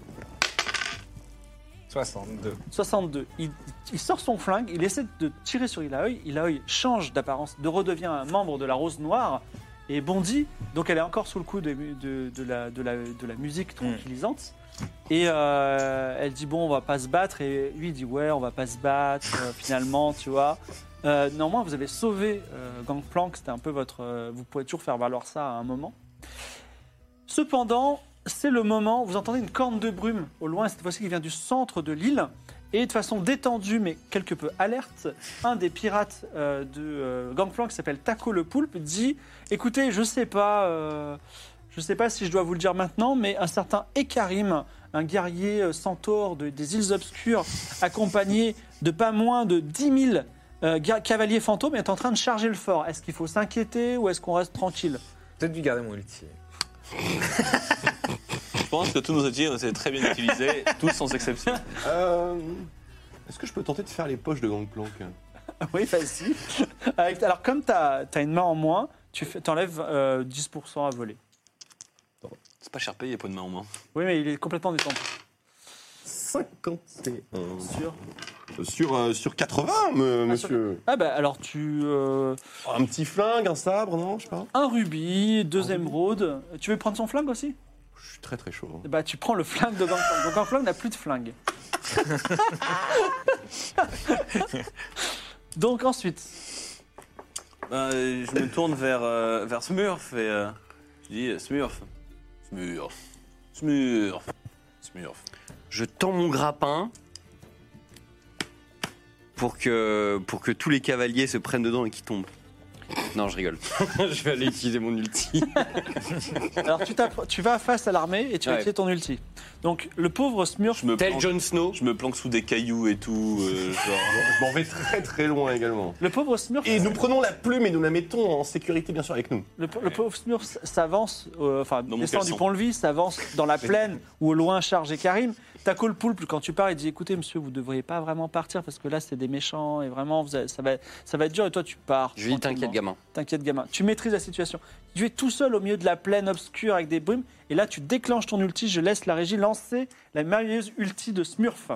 62. 62. Il sort son flingue, il essaie de tirer sur Ilaoi. Ilaoi change d'apparence, redevient un membre de la Rose Noire et bondit. Donc elle est encore sous le coup de la musique tranquillisante. Et elle dit bon, on va pas se battre. Et lui il dit ouais, on va pas se battre finalement, tu vois. Néanmoins, vous avez sauvé Gangplank, c'était un peu votre. Vous pouvez toujours faire valoir ça à un moment. Cependant, c'est le moment, vous entendez une corne de brume au loin, cette fois-ci qui vient du centre de l'île. Et de façon détendue, mais quelque peu alerte, un des pirates de Gangplank qui s'appelle Taco le Poulpe dit écoutez, je sais pas si je dois vous le dire maintenant, mais un certain Ekarim, un guerrier centaure des îles obscures, accompagné de pas moins de 10 000 cavaliers fantômes, est en train de charger le fort. Est-ce qu'il faut s'inquiéter ou est-ce qu'on reste tranquille? Peut-être dû garder mon ulti. Je pense que tous nos outils ont été très bien utilisés, tous sans exception. Est-ce que je peux tenter de faire les poches de Gangplank? Oui, vas-y. Alors, comme tu as une main en moins, tu enlèves 10% à voler. C'est pas cher payé pour une main en moins. Oui, mais il est complètement détendu. 51. Sur 80, monsieur. Ah bah alors tu... Un petit flingue, un sabre, non? Je sais pas. un rubis, 2 émeraudes. Tu veux prendre son flingue aussi? Je suis très très chaud. Bah tu prends le flingue de Gangplank. Donc Gangplank n'a plus de flingue. Donc ensuite... Je me tourne vers Smurf et je dis Smurf. Je tends mon grappin pour que tous les cavaliers se prennent dedans et qu'ils tombent. Non, je rigole. Je vais aller utiliser mon ulti. Alors tu vas face à l'armée et tu vas utiliser ton ulti. Donc le pauvre Smurf... Tel Jon Snow. Je me planque sous des cailloux et tout. Je m'en vais très très loin également. Le pauvre Smurf... Et nous prenons la plume et nous la mettons en sécurité bien sûr avec nous. Le pauvre Smurf s'avance, Dans mon descend du caleçon. pont-levis, s'avance dans la plaine où au loin charge Karim. Taco le Poulpe, quand tu pars, il dit écoutez monsieur, vous ne devriez pas vraiment partir parce que là c'est des méchants et vraiment ça va être dur et toi tu pars. Je lui dis t'inquiète gamin. T'inquiète gamin, tu maîtrises la situation. Tu es tout seul au milieu de la plaine obscure avec des brumes et là tu déclenches ton ulti, je laisse la régie lancer la merveilleuse ulti de Smurf.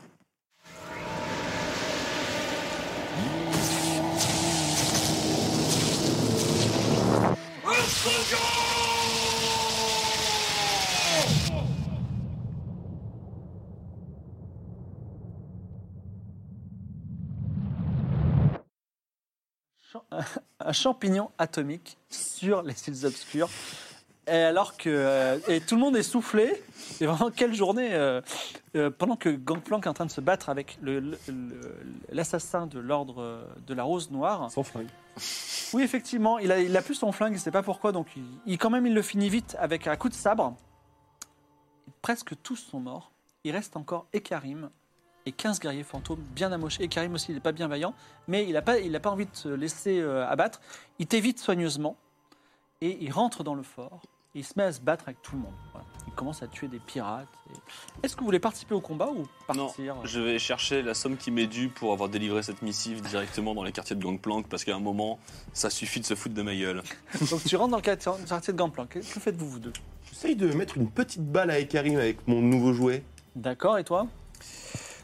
Un champignon atomique sur les îles obscures. Et alors que et tout le monde est soufflé, et vraiment quelle journée pendant que Gangplank est en train de se battre avec l'assassin de l'ordre de la Rose Noire. Sans flingue. Oui, effectivement, il a plus son flingue, il ne sait pas pourquoi, donc il le finit vite avec un coup de sabre. Presque tous sont morts. Il reste encore Ekarim et 15 guerriers fantômes bien amochés. Ekarim aussi, il n'est pas bien vaillant, mais il n'a pas envie de se laisser abattre. Il t'évite soigneusement et il rentre dans le fort. Et il se met à se battre avec tout le monde. Voilà. Il commence à tuer des pirates. Est-ce que vous voulez participer au combat ou partir? Non, je vais chercher la somme qui m'est due pour avoir délivré cette missive directement dans les quartiers de Gangplank parce qu'à un moment, ça suffit de se foutre de ma gueule. Donc tu rentres dans le quartier de Gangplank. Que faites-vous, vous deux? J'essaye de mettre une petite balle à Ekarim avec mon nouveau jouet. D'accord, et toi?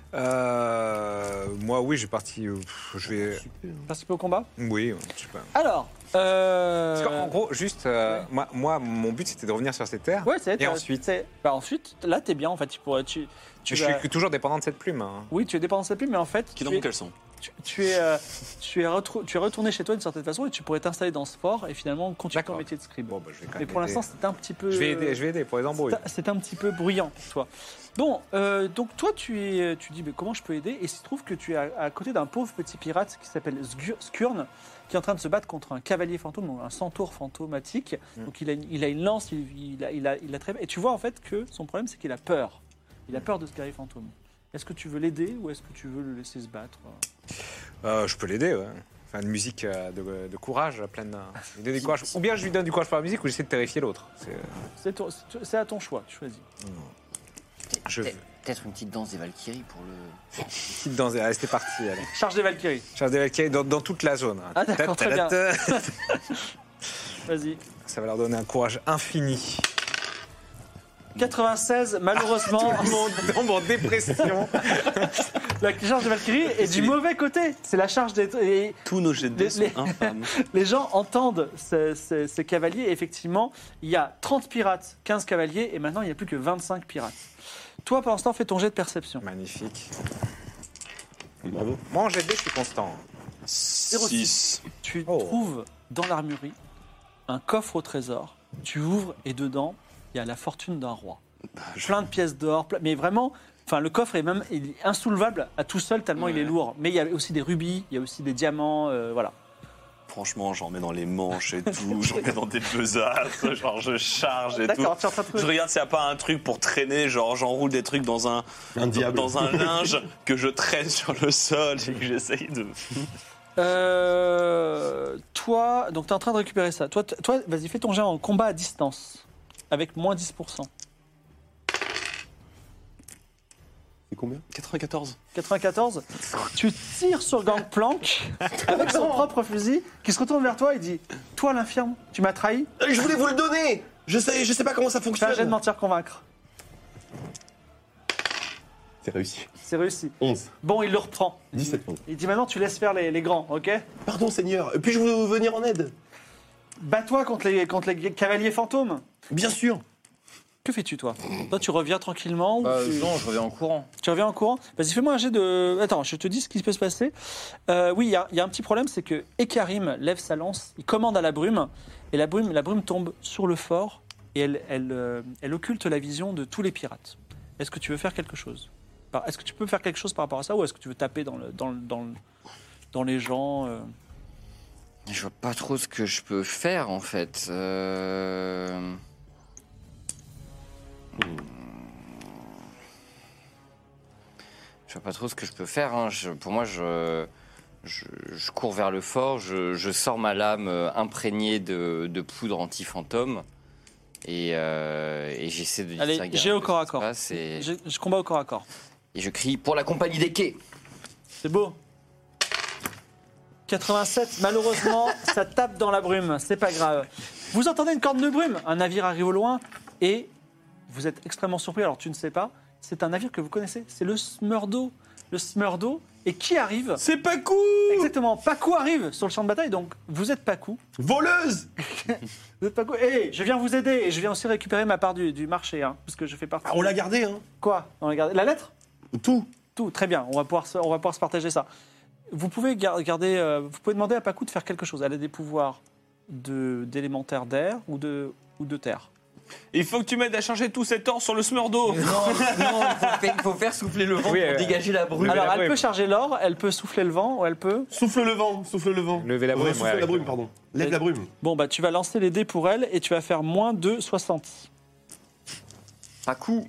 Moi, oui, j'ai parti. Je vais. Participer au combat. Oui, je sais pas. Alors, Parce qu'en gros, juste, moi, mon but, c'était de revenir sur ces terres. ouais, c'est. Et ensuite Ensuite, là, t'es bien en fait. Tu Je vas- suis toujours dépendant de cette plume. Hein. Oui, tu es dépendant de cette plume, mais en fait, Qui tu dans es, quels sont tu es retourné chez toi d'une certaine façon et tu pourrais t'installer dans ce fort et finalement continuer ton D'accord. métier de scribe. Bon, bah, je vais quand Mais même pour aider. l'instant, c'est un petit peu. Je vais aider pour les embrouilles. C'est un petit peu bruyant pour toi. Bon, donc toi, tu dis mais comment je peux aider? Et il se trouve que tu es à côté d'un pauvre petit pirate qui s'appelle Skurn, qui est en train de se battre contre un cavalier fantôme, donc un centaure fantomatique. Donc il a une lance, il a très. Et tu vois en fait que son problème, c'est qu'il a peur. Il a peur de ce cavalier fantôme. Est-ce que tu veux l'aider ou est-ce que tu veux le laisser se battre? Je peux l'aider, ouais. Enfin, une musique de courage, pleine. Lui donner du courage. Ou bien je lui donne du courage par la musique ou j'essaie de terrifier l'autre. C'est à ton choix, tu choisis. Je veux. Peut-être une petite danse des Valkyries pour le. Petite danse. Allez, c'était parti. Allez. Charge des Valkyries. Charge des Valkyries dans toute la zone. Ah, d'accord, très bien. Vas-y. Ça va leur donner un courage infini. 96, malheureusement, Dans mon dépression. la charge des Valkyries est du mauvais côté. C'est la charge des. Et Tous nos jets de dés sont infâmes. les gens entendent ces cavaliers. Et effectivement, il y a 30 pirates, 15 cavaliers, et maintenant il n'y a plus que 25 pirates. Toi, pendant ce temps, fais ton jet de perception. Magnifique. Bravo. Moi, en jet de dés, je suis constant. 6. Tu Oh. trouves dans l'armurerie un coffre au trésor. Tu ouvres et dedans, il y a la fortune d'un roi. Plein de pièces d'or, mais vraiment, enfin, le coffre il est insoulevable à tout seul tellement il est lourd. Mais il y a aussi des rubis, il y a aussi des diamants, voilà. Franchement, j'en mets dans les manches et tout, j'en mets dans des besaces, genre je charge et tout. D'accord, tu es en train de Je regarde s'il n'y a pas un truc pour traîner, genre j'enroule des trucs dans un diable. dans un linge que je traîne sur le sol et que j'essaye de. Toi, donc tu es en train de récupérer ça. Toi, vas-y, fais ton jet en combat à distance avec moins 10%. C'est combien? 94. 94, tu tires sur Gangplank avec son propre fusil qui se retourne vers toi et dit « Toi l'infirme, tu m'as trahi, Je voulais vous le donner. Je sais pas comment ça fais un fonctionne. jet de mentir convaincre. C'est réussi. » C'est réussi. 11. Bon, il le reprend. 17 points. Il dit maintenant tu laisses faire les grands, ok? Pardon, Seigneur. Puis-je vous venir en aide? Bats-toi contre les cavaliers fantômes. Bien sûr. Que fais-tu toi? Toi tu reviens tranquillement ou Non, je reviens en courant. tu reviens en courant? Vas-y, fais-moi un jet de... Attends, je te dis ce qui peut se passer. Oui, il y a un petit problème, c'est que Ekarim lève sa lance, il commande à la brume, et la brume tombe sur le fort, et elle occulte la vision de tous les pirates. Est-ce que tu veux faire quelque chose? Est-ce que tu peux faire quelque chose par rapport à ça, ou est-ce que tu veux taper dans les gens Je vois pas trop ce que je peux faire en fait. Je vois pas trop ce que je peux faire. Hein. Pour moi, je cours vers le fort, je sors ma lame imprégnée de poudre anti-fantôme et j'essaie de Allez, distinguer j'ai un au peu corps à ce qui se corps. passe et Je combats au corps à corps. je crie pour la compagnie des quais. C'est beau. 87, malheureusement, ça tape dans la brume, c'est pas grave. Vous entendez une corne de brume, un navire arrive au loin et vous êtes extrêmement surpris, alors tu ne sais pas, c'est un navire que vous connaissez, c'est le Smurdo. Le Smurdo, et qui arrive? C'est Pakou. Exactement, Pakou arrive sur le champ de bataille, donc vous êtes Pakou. Voleuse. Vous êtes Pakou. Et je viens vous aider, et je viens aussi récupérer ma part du marché, hein, parce que je fais partie... Ah, on l'a gardé, hein. Quoi? On l'a gardé. La lettre? Tout. Tout, très bien, on va pouvoir se partager ça. Vous pouvez vous pouvez demander à Pakou de faire quelque chose. Elle a des pouvoirs d'élémentaire d'air ou de terre. Il faut que tu m'aides à charger tout cet or sur le Smurdo. Non, il faut faire souffler le vent Oui, pour dégager la brume. Alors, la elle brume. peut charger l'or, elle peut souffler le vent, ou elle peut... Souffle le vent. Souffle le vent. Lever la brume, Souffle ouais, la brume, pardon. Lève la brume. Bon, bah tu vas lancer les dés pour elle, et tu vas faire moins de 60. Pas coup.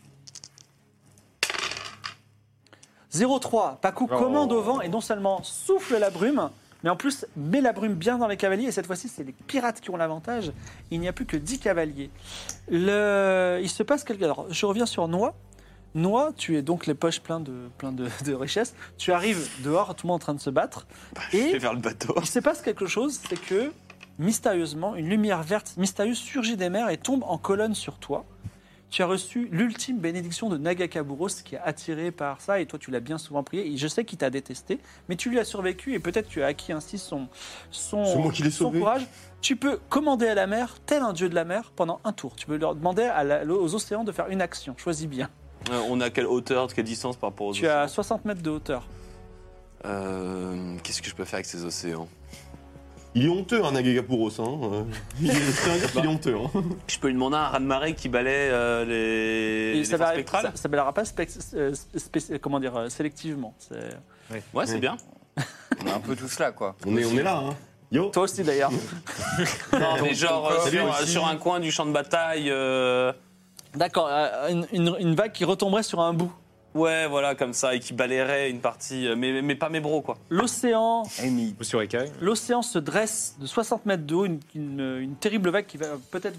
0,3. Pakou commande au vent, et non seulement souffle la brume, mais en plus met la brume bien dans les cavaliers, et cette fois-ci, c'est les pirates qui ont l'avantage. Il n'y a plus que 10 cavaliers. Il se passe quelque chose. Alors, je reviens sur Noix. Noix, tu es donc les poches pleines de richesses. Tu arrives dehors, tout le monde en train de se battre. Je vais Et vers le bateau. il se passe quelque chose, c'est que, mystérieusement, une lumière verte mystérieuse surgit des mers et tombe en colonne sur toi. tu as reçu l'ultime bénédiction de Nagakaburos qui a attiré par ça, et toi tu l'as bien souvent prié, et je sais qu'il t'a détesté, mais tu lui as survécu, et peut-être tu as acquis ainsi C'est moi qui l'ai son sauvé. courage. Tu peux commander à la mer, tel un dieu de la mer, pendant un tour. Tu peux leur demander aux océans de faire une action, choisis bien. On a quelle hauteur, quelle distance par rapport aux Tu océans as 60 mètres de hauteur. Qu'est-ce que je peux faire avec ces océans? Il est honteux, hein, Nagakapuros. Hein. C'est un gars qui est honteux. Hein. Je peux lui demander à un raz-de-marée qui balaie les Et ça phares ne spectrales? balaira pas sélectivement. Ouais, c'est bien. On est un peu tous là, quoi. On est là. Hein. Yo. Toi aussi d'ailleurs. Non, mais genre Salut aussi. sur un coin du champ de bataille. D'accord, une vague qui retomberait sur un bout. Ouais, voilà, comme ça, et qui balayerait une partie, mais pas mes bros, quoi. L'océan Vous sur Ekarim. L'océan se dresse de 60 mètres de haut, une terrible vague qui va peut-être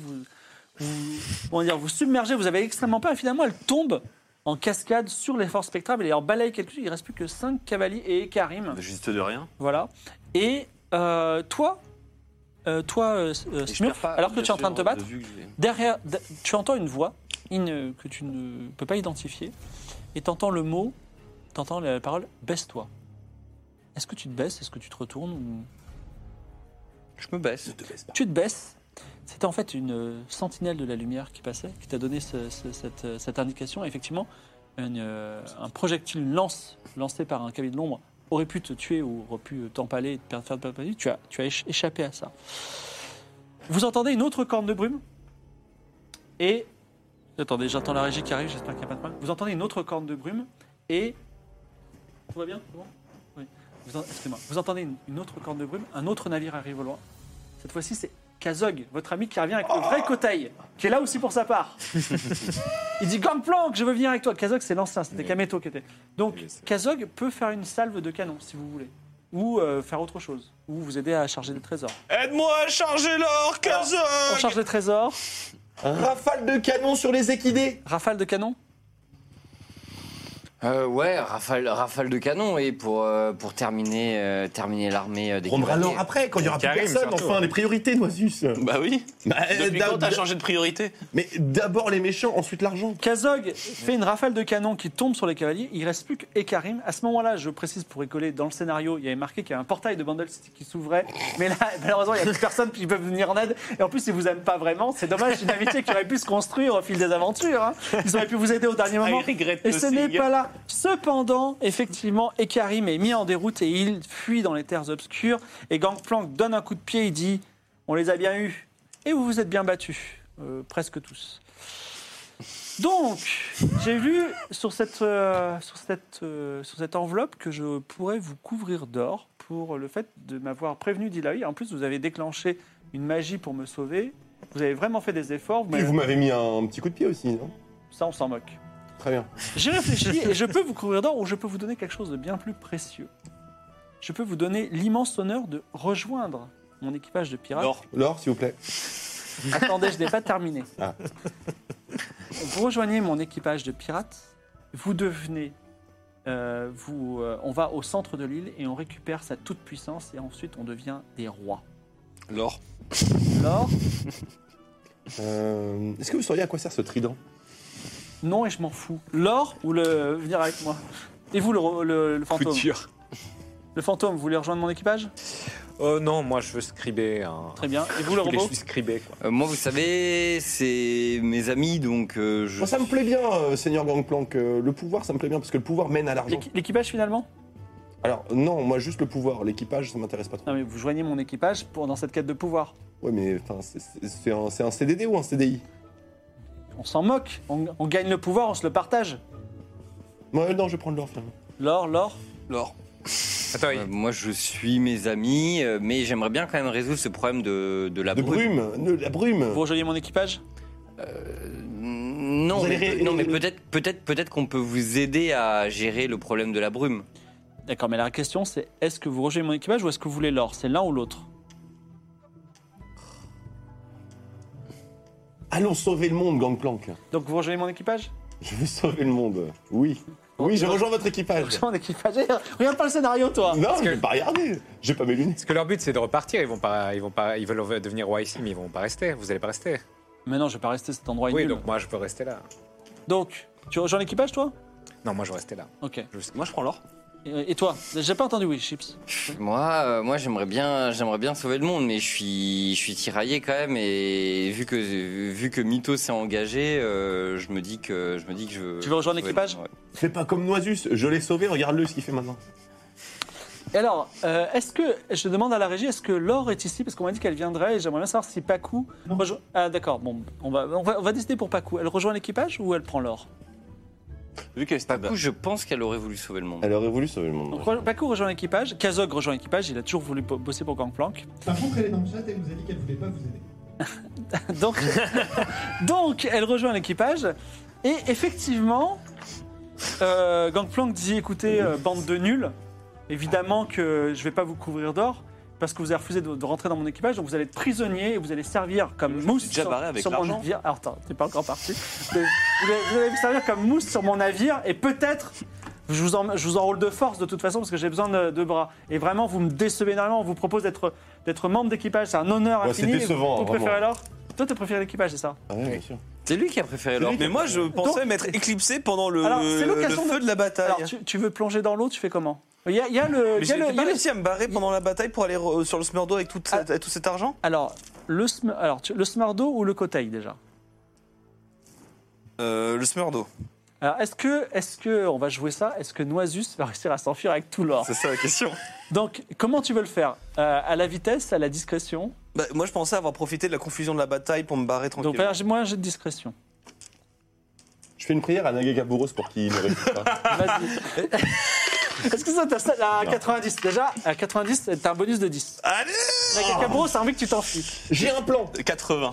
vous submerger. Vous avez extrêmement peur et finalement elle tombe en cascade sur les forces spectrales et elle en balaye quelque chose. Il ne reste plus que 5 cavaliers et Karim. Juste de rien. Voilà. Et toi, Smurf, alors que tu es en train de te battre, derrière, tu entends une voix que tu ne peux pas identifier et tu entends la parole « baisse-toi ». Est-ce que tu te baisses? Est-ce que tu te retournes ou... Je me baisse. Tu te baisses. C'était en fait une sentinelle de la lumière qui passait, qui t'a donné cette indication. Effectivement, un projectile lancé par un cavalier de l'ombre aurait pu te tuer ou aurait pu t'empaler et te faire perdre ta vie. Tu as échappé à ça. Vous entendez une autre corne de brume et... Attendez, j'entends la régie qui arrive, j'espère qu'il n'y a pas de problème. Vous entendez une autre corne de brume et... Tout va bien? C'est bon? Oui. Excusez-moi. Vous entendez une autre corne de brume, un autre navire arrive au loin. Cette fois-ci, c'est Kazog, votre ami qui revient avec le vrai Kotai, qui est là aussi pour sa part. Il dit Gangplank, je veux venir avec toi. Kazog, c'est l'ancien, c'était Kameto qui était. Donc, Kazog peut faire une salve de canon si vous voulez, ou faire autre chose, ou vous aider à charger des trésors. Aide-moi à charger l'or, Kazog! On charge les trésors. Rafale de canon sur les équidés. Rafale de canon. Ouais, rafale de canon et pour terminer l'armée des Prendra cavaliers. l'or après, quand il y aura plus Karim, personne. surtout. Enfin, les priorités, Noisus. Bah oui. Depuis quand t'as changé de priorité? Mais d'abord les méchants, ensuite l'argent. Kazog fait une rafale de canon qui tombe sur les cavaliers. Il ne reste plus qu'Ekarim. À ce moment-là, je précise pour rigoler, dans le scénario, il y avait marqué qu'il y avait un portail de Bundle City qui s'ouvrait. Mais là, malheureusement, il n'y a plus personne qui peut venir en aide. Et en plus, ils ne vous aiment pas vraiment. C'est dommage, une amitié qui aurait pu se construire au fil des aventures. Hein. Ils auraient pu vous aider au dernier moment. Et ce n'est pas là. Cependant, effectivement, Ekarim est mis en déroute et il fuit dans les terres obscures. Et Gangplank donne un coup de pied. Il dit « On les a bien eus. Et vous vous êtes bien battus. Presque tous. » Donc, j'ai lu sur cette enveloppe que je pourrais vous couvrir d'or pour le fait de m'avoir prévenu d'Ilaï. En plus, vous avez déclenché une magie pour me sauver. Vous avez vraiment fait des efforts. Et vous m'avez mis un petit coup de pied aussi, non? Ça, on s'en moque. Très bien. J'ai réfléchi et je peux vous couvrir d'or ou je peux vous donner quelque chose de bien plus précieux. Je peux vous donner l'immense honneur de rejoindre mon équipage de pirates. L'or, s'il vous plaît. Attendez, je n'ai pas terminé. Ah. Vous rejoignez mon équipage de pirates, vous devenez... on va au centre de l'île et on récupère sa toute-puissance et ensuite on devient des rois. L'or. L'or, Est-ce que vous sauriez à quoi sert ce trident? non et je m'en fous. L'or ou venir avec moi? Et vous, le fantôme? Couture. Le fantôme, vous voulez rejoindre mon équipage? Non, moi je veux scriber. Très bien. Et vous, le Je robot? suis scriber, quoi. Moi, vous savez, c'est mes amis, donc je... Moi, ça me plaît bien, Seigneur Gangplank. Le pouvoir, ça me plaît bien, parce que le pouvoir mène à l'argent. L'équipage finalement? Alors, non, moi, juste le pouvoir. L'équipage, ça m'intéresse pas trop. Non mais vous joignez mon équipage dans cette quête de pouvoir. Ouais, mais enfin, c'est un CDD ou un CDI? On s'en moque. On gagne le pouvoir, on se le partage. Ouais, non, je vais prendre l'or, finalement. L'or. L'or. Attends, Moi, je suis mes amis, mais j'aimerais bien quand même résoudre ce problème de la De brume. brume, la brume. Vous rejoignez mon équipage? Non, Vous mais, allez non, mais peut-être qu'on peut vous aider à gérer le problème de la brume. D'accord, mais la question c'est est-ce que vous rejoignez mon équipage ou est-ce que vous voulez l'or? C'est l'un ou l'autre? Allons sauver le monde, Gangplank. Donc vous rejoignez mon équipage? Je veux sauver le monde. Oui. Oui, je rejoins votre équipage. Mon équipage. Regarde pas le scénario, toi. Non, je vais pas regarder. J'ai pas mes lunettes. parce que leur but c'est de repartir. Ils veulent devenir rois ici, mais ils vont pas rester. Vous allez pas rester. Mais non, je vais pas rester à cet endroit Oui, nul. donc moi je peux rester là. Donc, tu rejoins l'équipage, toi? Non, moi je vais rester là. Ok. Moi, je prends l'or. Et toi? J'ai pas entendu, oui, Chips. Moi, j'aimerais bien sauver le monde, mais je suis tiraillé quand même. Et vu que Mythos s'est engagé, je me dis que je. Tu veux rejoindre sauver l'équipage? le monde, ouais. Fais pas comme Noisus, je l'ai sauvé, regarde-le ce qu'il fait maintenant. Et alors, est-ce que, je demande à la régie, est-ce que Laure est ici? Parce qu'on m'a dit qu'elle viendrait et j'aimerais bien savoir si Pakou rejoint... Ah d'accord, bon, on va décider pour Pakou. Elle rejoint l'équipage ou elle prend Laure? Vu qu'elle Par coup, je pense qu'elle aurait voulu sauver le monde. Elle aurait voulu sauver le monde. Donc, Pakou rejoint l'équipage, Kazog rejoint l'équipage, il a toujours voulu bosser pour Gangplank. Par contre, elle est dans le chat, elle nous a dit qu'elle voulait pas vous aider. Donc elle rejoint l'équipage et effectivement, Gangplank dit écoutez, bande de nuls, évidemment que je vais pas vous couvrir d'or parce que vous avez refusé de rentrer dans mon équipage, donc vous allez être prisonnier et vous allez servir comme Je mousse suis déjà barré avec sur mon l'argent. navire. Alors attends, t'es pas encore parti. Vous allez servir comme mousse sur mon navire et peut-être je vous enrôle de force de toute façon parce que j'ai besoin de bras. Et vraiment, vous me décevez énormément. On vous propose d'être membre d'équipage, c'est un honneur Ouais, infini. c'est décevant, Vous vraiment. préférez l'or? Toi, t'as préféré l'équipage, c'est ça? Ah ouais, bien sûr. C'est lui qui a préféré l'or. Mais moi, je pensais m'être éclipsé pendant le Alors, c'est l'occasion feu de la bataille. Alors, tu veux plonger dans l'eau, tu fais comment? Il y a le. Mais il y a j'ai le- il y pas a le- réussi à me barrer pendant la bataille pour aller sur le Smurdo avec tout cet argent. Alors, le Smurdo ou le Koteil déjà? Le Smurdo. Alors, est-ce que on va jouer ça? Est-ce que Noisus va réussir à s'enfuir avec tout l'or? C'est ça la question. Donc, comment tu veux le faire? À la vitesse, à la discrétion? Bah, moi, je pensais avoir profité de la confusion de la bataille pour me barrer Donc, tranquillement. moi, un jet de discrétion. Je fais une prière à Nagagabouros pour qu'il ne réussisse pas. Vas-y. Est-ce que ça, t'as ça à 90? Déjà, à 90, t'as un bonus de 10. Allez Nakakaburo, c'est envie que tu t'enfuis. J'ai un plan. 80.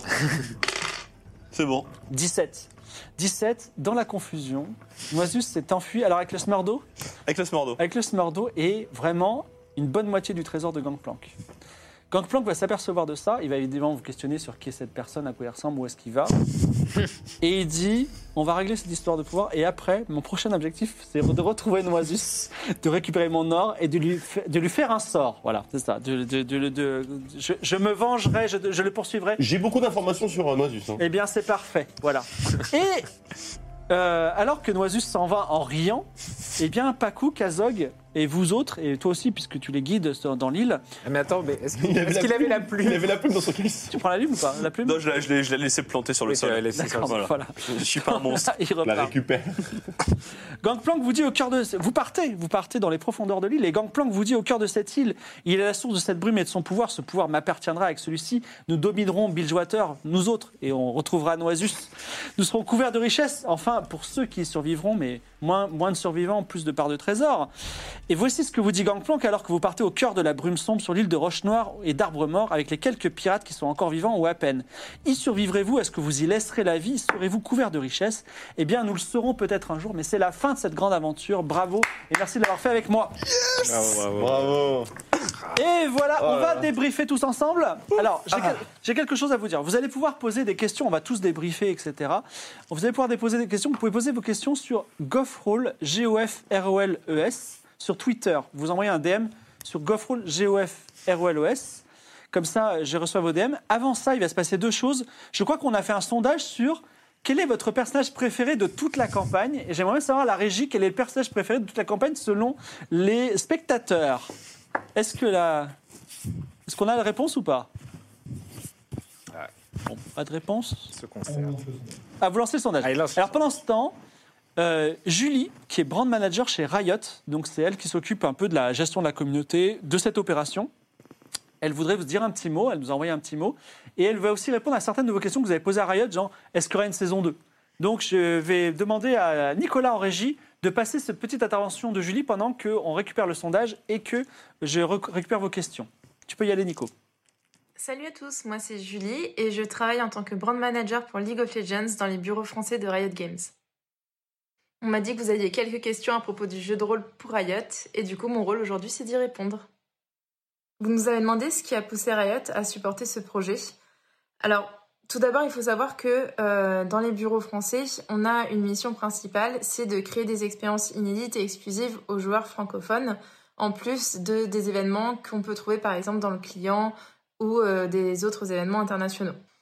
C'est bon. 17. 17, dans la confusion, Noisus s'est enfui. Alors, avec le Smurdo? Avec le Smurdo. Avec le Smurdo et vraiment une bonne moitié du trésor de Gangplank. Gangplank va s'apercevoir de ça, il va évidemment vous questionner sur qui est cette personne, à quoi il ressemble, où est-ce qu'il va. Et il dit, on va régler cette histoire de pouvoir et après, mon prochain objectif, c'est de retrouver Noisus, de récupérer mon or et de lui faire un sort. Voilà, c'est ça. Je me vengerai, je le poursuivrai. J'ai beaucoup d'informations sur Noisus. Hein. Eh bien, c'est parfait, voilà. Et alors que Noisus s'en va en riant, eh bien, Pakou, Kazog et vous autres, et toi aussi, puisque tu les guides dans l'île, Ah, mais attends, mais est-ce qu'il Il avait la plume? Il avait la plume dans son caisse. tu prends la plume ou pas? La plume? Non, je l'ai laissé planter sur le Oui, tu l'as sol. laissé sur le D'accord, sol. voilà. Je suis pas un monstre. Il La repart. récupère. Gangplank vous dit au cœur de... Vous partez dans les profondeurs de l'île et Gangplank vous dit au cœur de cette île, il est la source de cette brume et de son pouvoir. Ce pouvoir m'appartiendra avec celui-ci. Nous dominerons Bilgewater, nous autres, et on retrouvera Noisus. Nous serons couverts de richesses, enfin, pour ceux qui y survivront, mais moins de survivants, plus de parts de trésors. Et voici ce que vous dit Gangplank alors que vous partez au cœur de la brume sombre sur l'île de Roches Noires et d'Arbres Morts avec les quelques pirates qui sont encore vivants ou à peine. Y survivrez-vous? Est-ce que vous y laisserez la vie? Serez-vous couverts de richesses? Eh bien, nous le serons peut-être un jour, mais c'est la fin de cette grande aventure. Bravo et merci de l'avoir fait avec moi. Bravo. Et voilà, on va débriefer tous ensemble. Alors, j'ai quelque chose à vous dire. Vous allez pouvoir poser des questions, on va tous débriefer, etc. Vous allez pouvoir poser des questions. Vous pouvez poser vos questions sur Goffroll, G-O-F-R-O-L-E-S, sur Twitter. Vous envoyez un DM sur Goffroll, G-O-F-R-O-L-E-S. Comme ça, je reçois vos DM. Avant ça, il va se passer deux choses. Je crois qu'on a fait un sondage sur quel est votre personnage préféré de toute la campagne. Et j'aimerais même savoir, la régie, quel est le personnage préféré de toute la campagne selon les spectateurs. Est-ce qu'on a la réponse ou pas? Bon, pas de réponse. Ce concert. Ah, vous lancez le sondage. Allez, lance. Alors pendant ce temps, Julie, qui est brand manager chez Riot, donc c'est elle qui s'occupe un peu de la gestion de la communauté de cette opération. Elle voudrait vous dire un petit mot, elle nous a envoyé un petit mot, et elle va aussi répondre à certaines de vos questions que vous avez posées à Riot, genre est-ce qu'il y aura une saison 2? Donc je vais demander à Nicolas en régie de passer cette petite intervention de Julie pendant qu'on récupère le sondage et que je récupère vos questions. Tu peux y aller, Nico. Salut à tous, moi c'est Julie et je travaille en tant que brand manager pour League of Legends dans les bureaux français de Riot Games. On m'a dit que vous aviez quelques questions à propos du jeu de rôle pour Riot et du coup mon rôle aujourd'hui c'est d'y répondre. Vous nous avez demandé ce qui a poussé Riot à supporter ce projet. Alors, tout d'abord, il faut savoir que dans les bureaux français, on a une mission principale, c'est de créer des expériences inédites et exclusives aux joueurs francophones, en plus des événements qu'on peut trouver par exemple dans le client ou des autres événements internationaux.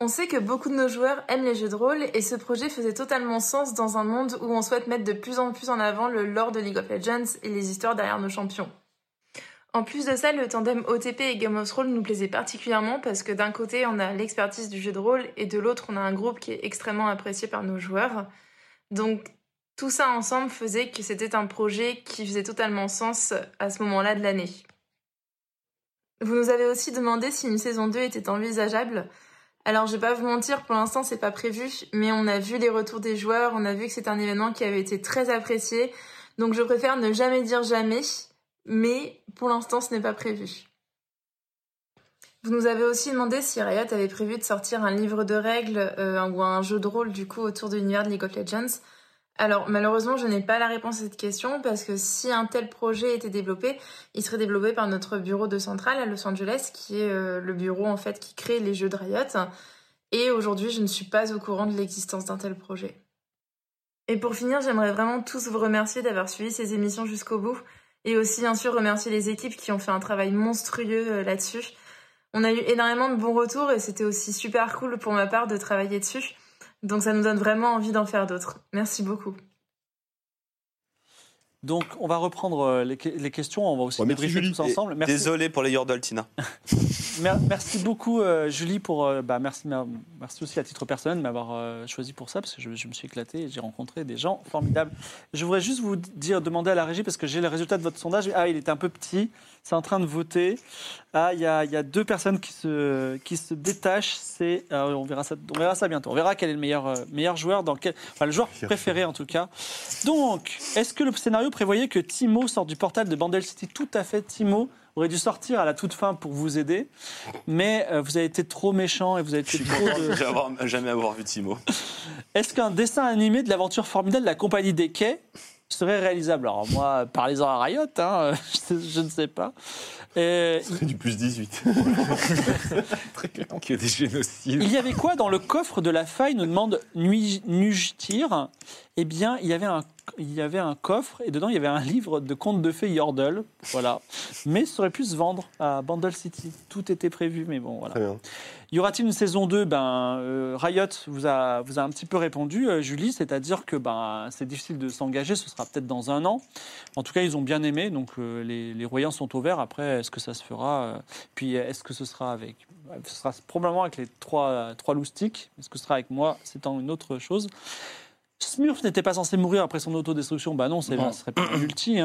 On sait que beaucoup de nos joueurs aiment les jeux de rôle et ce projet faisait totalement sens dans un monde où on souhaite mettre de plus en plus en avant le lore de League of Legends et les histoires derrière nos champions. En plus de ça, le tandem OTP et Game of Thrones nous plaisait particulièrement parce que d'un côté, on a l'expertise du jeu de rôle et de l'autre, on a un groupe qui est extrêmement apprécié par nos joueurs. Donc tout ça ensemble faisait que c'était un projet qui faisait totalement sens à ce moment-là de l'année. Vous nous avez aussi demandé si une saison 2 était envisageable. Alors je vais pas vous mentir, pour l'instant c'est pas prévu, mais on a vu les retours des joueurs, on a vu que c'est un événement qui avait été très apprécié, donc je préfère ne jamais dire jamais, mais pour l'instant ce n'est pas prévu. Vous nous avez aussi demandé si Riot avait prévu de sortir un livre de règles ou un jeu de rôle du coup autour de l'univers de League of Legends. Alors malheureusement je n'ai pas la réponse à cette question parce que si un tel projet était développé, il serait développé par notre bureau de centrale à Los Angeles qui est le bureau en fait qui crée les jeux de Riot. Et aujourd'hui je ne suis pas au courant de l'existence d'un tel projet. Et pour finir, j'aimerais vraiment tous vous remercier d'avoir suivi ces émissions jusqu'au bout et aussi bien sûr remercier les équipes qui ont fait un travail monstrueux là-dessus. On a eu énormément de bons retours et c'était aussi super cool pour ma part de travailler dessus. Donc ça nous donne vraiment envie d'en faire d'autres. Merci beaucoup. Donc on va reprendre les questions, on va aussi débriefer tous ensemble. Merci. Désolé pour les Yordle, Tina. Merci beaucoup Julie pour merci aussi à titre personnel de m'avoir choisi pour ça parce que je me suis éclaté et j'ai rencontré des gens formidables. Je voudrais juste vous demander à la régie parce que j'ai le résultat de votre sondage. Ah, il était un peu petit. C'est en train de voter. Ah, il y a 2 personnes qui se détachent. On verra ça bientôt. On verra quel est le meilleur joueur le joueur préféré en tout cas. Donc, est-ce que le scénario prévoyait que Timo sorte du portal de Bandle City? Tout à fait, Timo aurait dû sortir à la toute fin pour vous aider, mais vous avez été trop méchant et vous avez été trop de... jamais avoir vu Timo. Est-ce qu'un dessin animé de l'aventure formidable de la Compagnie des Quais serait réalisable? Alors moi, parlez-en à Riot, je ne sais pas. C'est du plus 18. Très clair. Qu'il y a des génocides. Il y avait quoi dans le coffre de la faille, nous demande Nujtir. Eh bien, il y avait un coffre et dedans il y avait un livre de contes de fées Yordle, voilà. Mais ça aurait pu se vendre à Bandle City. Tout était prévu, mais bon, voilà. Très bien. Y aura-t-il une saison 2 Riot vous a un petit peu répondu, Julie, c'est-à-dire que c'est difficile de s'engager, ce sera peut-être dans 1 an. En tout cas, ils ont bien aimé, donc les voyants sont ouverts. Après, est-ce que ça se fera Puis, est-ce que ce sera avec... Ce sera probablement avec les 3 loustiques. Est-ce que ce sera avec moi? C'est une autre chose. Smurf n'était pas censé mourir après son autodestruction. Non, ce serait pas un multi.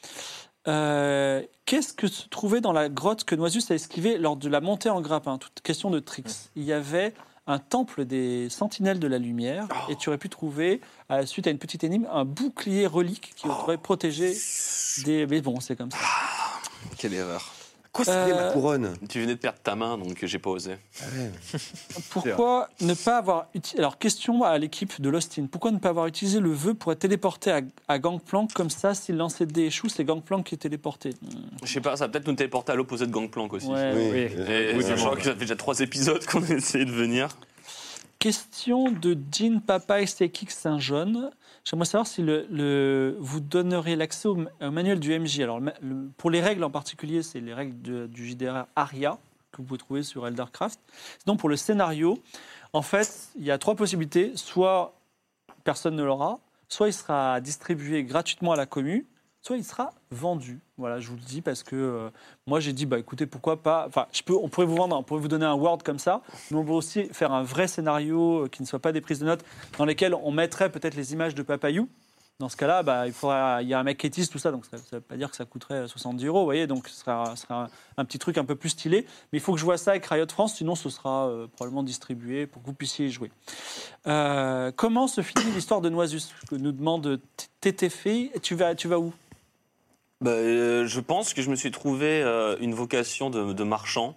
Qu'est-ce que se trouvait dans la grotte que Noisus a esquivé lors de la montée en grappin? Toute question de tricks. Il y avait un temple des sentinelles de la lumière et tu aurais pu trouver, suite à une petite énigme, un bouclier relique qui aurait protégé des... Mais bon, c'est comme ça. Quelle erreur. Quoi, c'était ma couronne? Tu venais de perdre ta main, donc j'ai pas osé. Pourquoi ne pas avoir utilisé... Alors, question à l'équipe de Lost In. Pourquoi ne pas avoir utilisé le vœu pour être téléporté à Gangplank? Comme ça, si le lancer de dés échoue, c'est Gangplank qui est téléporté. Je sais pas, ça va peut-être nous téléporter à l'opposé de Gangplank aussi. Ouais. Et je crois que ça fait déjà 3 épisodes qu'on a essayé de venir. Question de Jean Papa et Stekix Saint-Jean. J'aimerais savoir si vous donneriez l'accès au manuel du MJ. Alors, pour les règles en particulier, c'est les règles du JDR Aria que vous pouvez trouver sur Eldercraft. Sinon, pour le scénario, en fait, il y a 3 possibilités. Soit personne ne l'aura, soit il sera distribué gratuitement à la commu, soit il sera vendu. Voilà, je vous le dis parce que moi j'ai dit écoutez, pourquoi pas. Enfin, on pourrait vous donner un Word comme ça, mais on peut aussi faire un vrai scénario qui ne soit pas des prises de notes, dans lesquelles on mettrait peut-être les images de Papayou. Dans ce cas-là, il y a un mec qui étise tout ça, donc ça ne veut pas dire que ça coûterait 70 €, vous voyez, donc ce sera un petit truc un peu plus stylé. Mais il faut que je vois ça avec Riot France, sinon ce sera probablement distribué pour que vous puissiez y jouer. Comment se finit l'histoire de Noisus? Nous demande TTF. Tu vas où? Je pense que je me suis trouvé une vocation de marchand.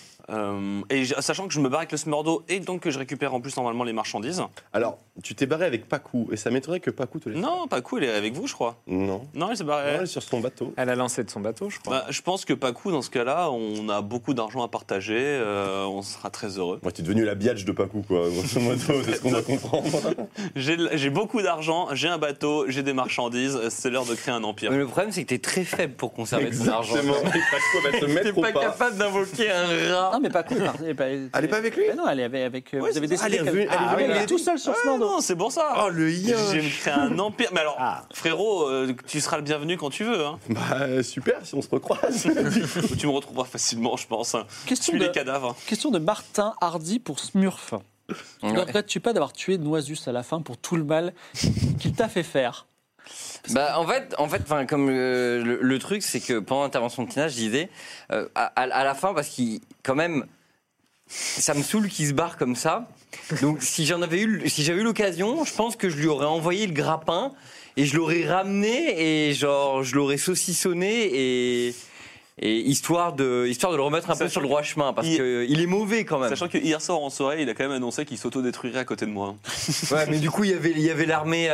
Et sachant que je me barre avec le Smurdo et donc que je récupère en plus normalement les marchandises. Alors, tu t'es barré avec Pakou et ça m'étonnerait que Pakou te laisse. Non, Pakou, il est avec vous, je crois. Non. Non, il s'est barré. Non, elle est sur son bateau. Elle a lancé de son bateau, je crois. Je pense que Pakou, dans ce cas-là, on a beaucoup d'argent à partager. On sera très heureux. Moi, t'es devenu la biatch de Pakou, quoi. Grosso modo, c'est ce qu'on doit comprendre. J'ai beaucoup d'argent, j'ai un bateau, j'ai des marchandises. C'est l'heure de créer un empire. Mais le problème, c'est que t'es très faible pour conserver ton argent. Exactement. Et Pakou va te mettre T'es au pas pas. capable d'invoquer un rat. Ah, mais pas cool. Elle est pas avec lui? Non, elle est avec. Ouais, vous avez c'est ça. décidé Elle est venue- qu'elle elle est venue elle est l'aider. tout seul sur ce Mordo. Non, c'est pour ça. Oh, le J'ai yinche. créé un empire. Mais alors, frérot, tu seras le bienvenu quand tu veux. Hein. Bah, super, si on se recroise. Tu me retrouveras facilement, je pense. Question Suis de- les cadavres. Question de Martin Hardy pour Smurf. Ne Ouais. regrettes-tu pas d'avoir tué Noisus à la fin pour tout le mal qu'il t'a fait faire? Bah, en fait, enfin, comme le truc, c'est que pendant l'intervention de Tina, je disais, à la fin, parce qu'il, quand même, ça me saoule qu'il se barre comme ça. Donc, si j'avais eu l'occasion, je pense que je lui aurais envoyé le grappin et je l'aurais ramené et genre, je l'aurais saucissonné et histoire de le remettre un peu Sachant sur le droit chemin, parce il- qu'il est mauvais quand même. Sachant que hier soir en soirée, il a quand même annoncé qu'il s'autodétruirait à côté de moi. Ouais, mais du coup, il y avait l'armée,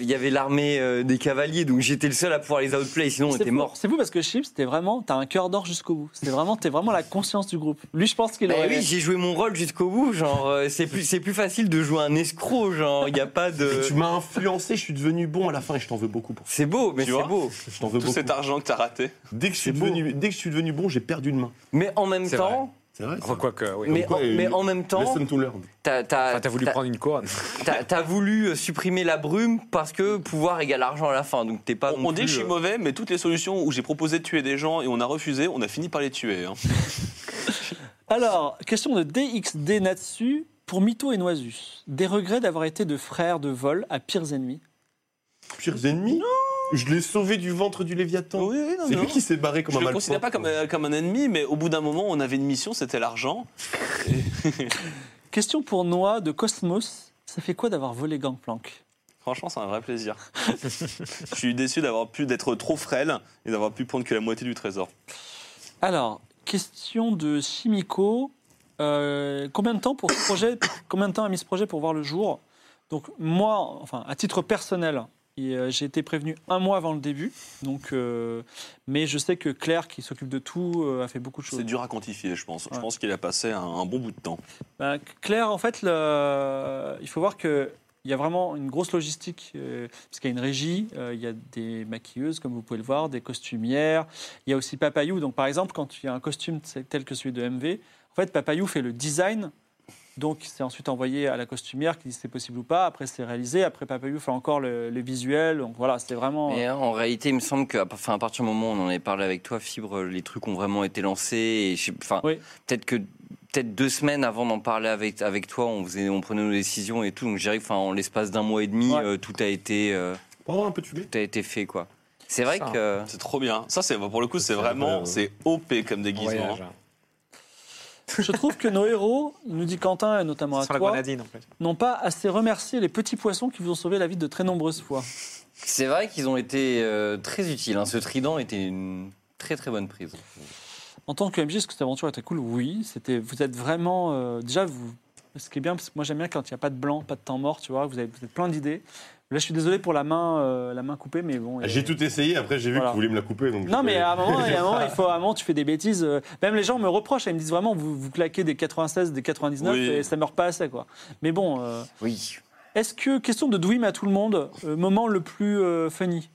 des cavaliers, donc j'étais le seul à pouvoir les outplay, sinon on C'est était fou. morts. C'est fou parce que Chips, t'as un cœur d'or jusqu'au bout. T'es vraiment la conscience du groupe. Lui, je pense qu'il Bah aurait. oui, j'ai joué mon rôle jusqu'au bout, genre c'est plus facile de jouer un escroc, genre il y a pas de. Tu m'as influencé, je suis devenu bon à la fin et je t'en veux beaucoup pour ça. C'est beau, mais Tu c'est vois beau. Je t'en veux Tout beaucoup. cet argent que t'as raté. Dès que je suis devenu bon, j'ai perdu une main. Mais en même C'est temps, C'est vrai. Enfin, quoique, oui. mais, quoi, mais en même temps, Lesson to learn. Enfin, t'as voulu prendre une couronne. t'as voulu supprimer la brume parce que pouvoir égale argent à la fin, donc t'es pas. On non dit que plus, je suis mauvais, mais toutes les solutions où j'ai proposé de tuer des gens et on a refusé, on a fini par les tuer. Hein. Alors, question de DXD Natsu pour Mito et Noisus. Des regrets d'avoir été de frères de vol à pires ennemis? Pires ennemis? Je l'ai sauvé du ventre du Léviathan. Oui, non, C'est non. lui qui s'est barré comme Je un ne le malpropre. considère pas comme un ennemi, mais au bout d'un moment, on avait une mission, c'était l'argent. Question pour Noah de Cosmos. Ça fait quoi d'avoir volé Gangplank? Franchement, c'est un vrai plaisir. Je suis déçu d'être trop frêle et d'avoir pu prendre que la moitié du trésor. Alors, question de Chimico. Combien de temps pour ce projet? Combien de temps a mis ce projet pour voir le jour? Donc moi, enfin à titre personnel, j'ai été prévenu un mois avant le début. Donc, mais je sais que Claire, qui s'occupe de tout, a fait beaucoup de choses. C'est dur à quantifier, je pense. Je Ouais. pense qu'il a passé un bon bout de temps. Ben, Claire, en fait, il faut voir qu'il y a vraiment une grosse logistique, parce qu'il y a une régie, il y a des maquilleuses, comme vous pouvez le voir, des costumières. Il y a aussi Papayou. Donc, par exemple, quand il y a un costume tel que celui de MV, en fait, Papayou fait le design. Donc, c'est ensuite envoyé à la costumière qui dit si c'est possible ou pas. Après, c'est réalisé. Après, Papayou fait encore les visuels. Donc, voilà, c'est vraiment... Mais en réalité, il me semble qu'à partir du moment où on en avait parlé avec toi, Fibre, les trucs ont vraiment été lancés. Et Oui. peut-être 2 semaines avant d'en parler avec toi, on prenait nos décisions et tout. Donc je dirais en l'espace d'un mois et demi, Ouais. tout a été Pour avoir un peu de fumée. fait quoi. C'est vrai Ça, que C'est trop bien. Ça, pour le coup, c'est vraiment, vrai, c'est OP comme déguisement. Voyage. Je trouve que nos héros, nous dit Quentin, et notamment à Sur la toi, grenadine, en fait. n'ont pas assez remercié les petits poissons qui vous ont sauvé la vie de très nombreuses fois. c'est vrai qu'ils ont été très utiles. Hein. Ce trident était une très très bonne prise. En tant que MJ, est-ce que cette aventure était cool? Oui. Vous êtes vraiment... déjà, ce qui est bien, parce que moi j'aime bien quand il n'y a pas de blanc, pas de temps mort, tu vois, vous avez peut-être plein d'idées. Là, je suis désolé pour la main coupée, mais bon... J'ai tout essayé, après j'ai vu Voilà. que vous vouliez me la couper. Donc Non, mais j'ai- à un moment, tu fais des bêtises. Même les gens me reprochent, ils me disent vraiment, vous claquez des 96, des 99, Oui. et ça meurt pas assez, quoi. Mais bon, Oui. est-ce que, question de Dwim à tout le monde, moment le plus funny?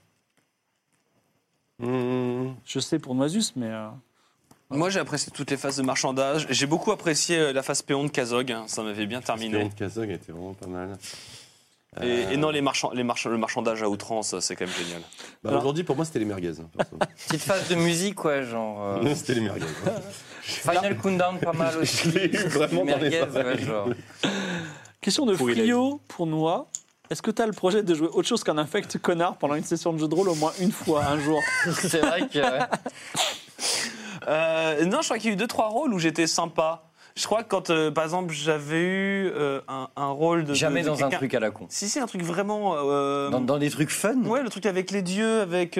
Je sais pour Noisus, mais... Moi, j'ai apprécié toutes les phases de marchandage. J'ai beaucoup apprécié la phase péon de Kazog. hein. Ça m'avait bien terminé. Spion de Kazog était vraiment pas mal. Et non, le marchandage à outrance, c'est quand même génial. Bah, Alors- aujourd'hui, pour moi, c'était les merguez. hein, perso. Petite phase de musique, ouais, genre. C'était les merguez. hein. Final Countdown, pas mal aussi. Je l'ai eu vraiment dans les Merguez, oreilles. ouais, genre. Question de Pourri, Frio pour Noah. Est-ce que tu as le projet de jouer autre chose qu'un infect connard pendant une session de jeu de rôle au moins une fois, un jour? C'est vrai que. Non, je crois qu'il y a eu 2-3 rôles où j'étais sympa. Je crois que quand, par exemple, j'avais eu un rôle de... Jamais de dans un quelqu'un- truc à la con. Si, un truc vraiment... Dans des trucs fun. Ouais, le truc avec les dieux, avec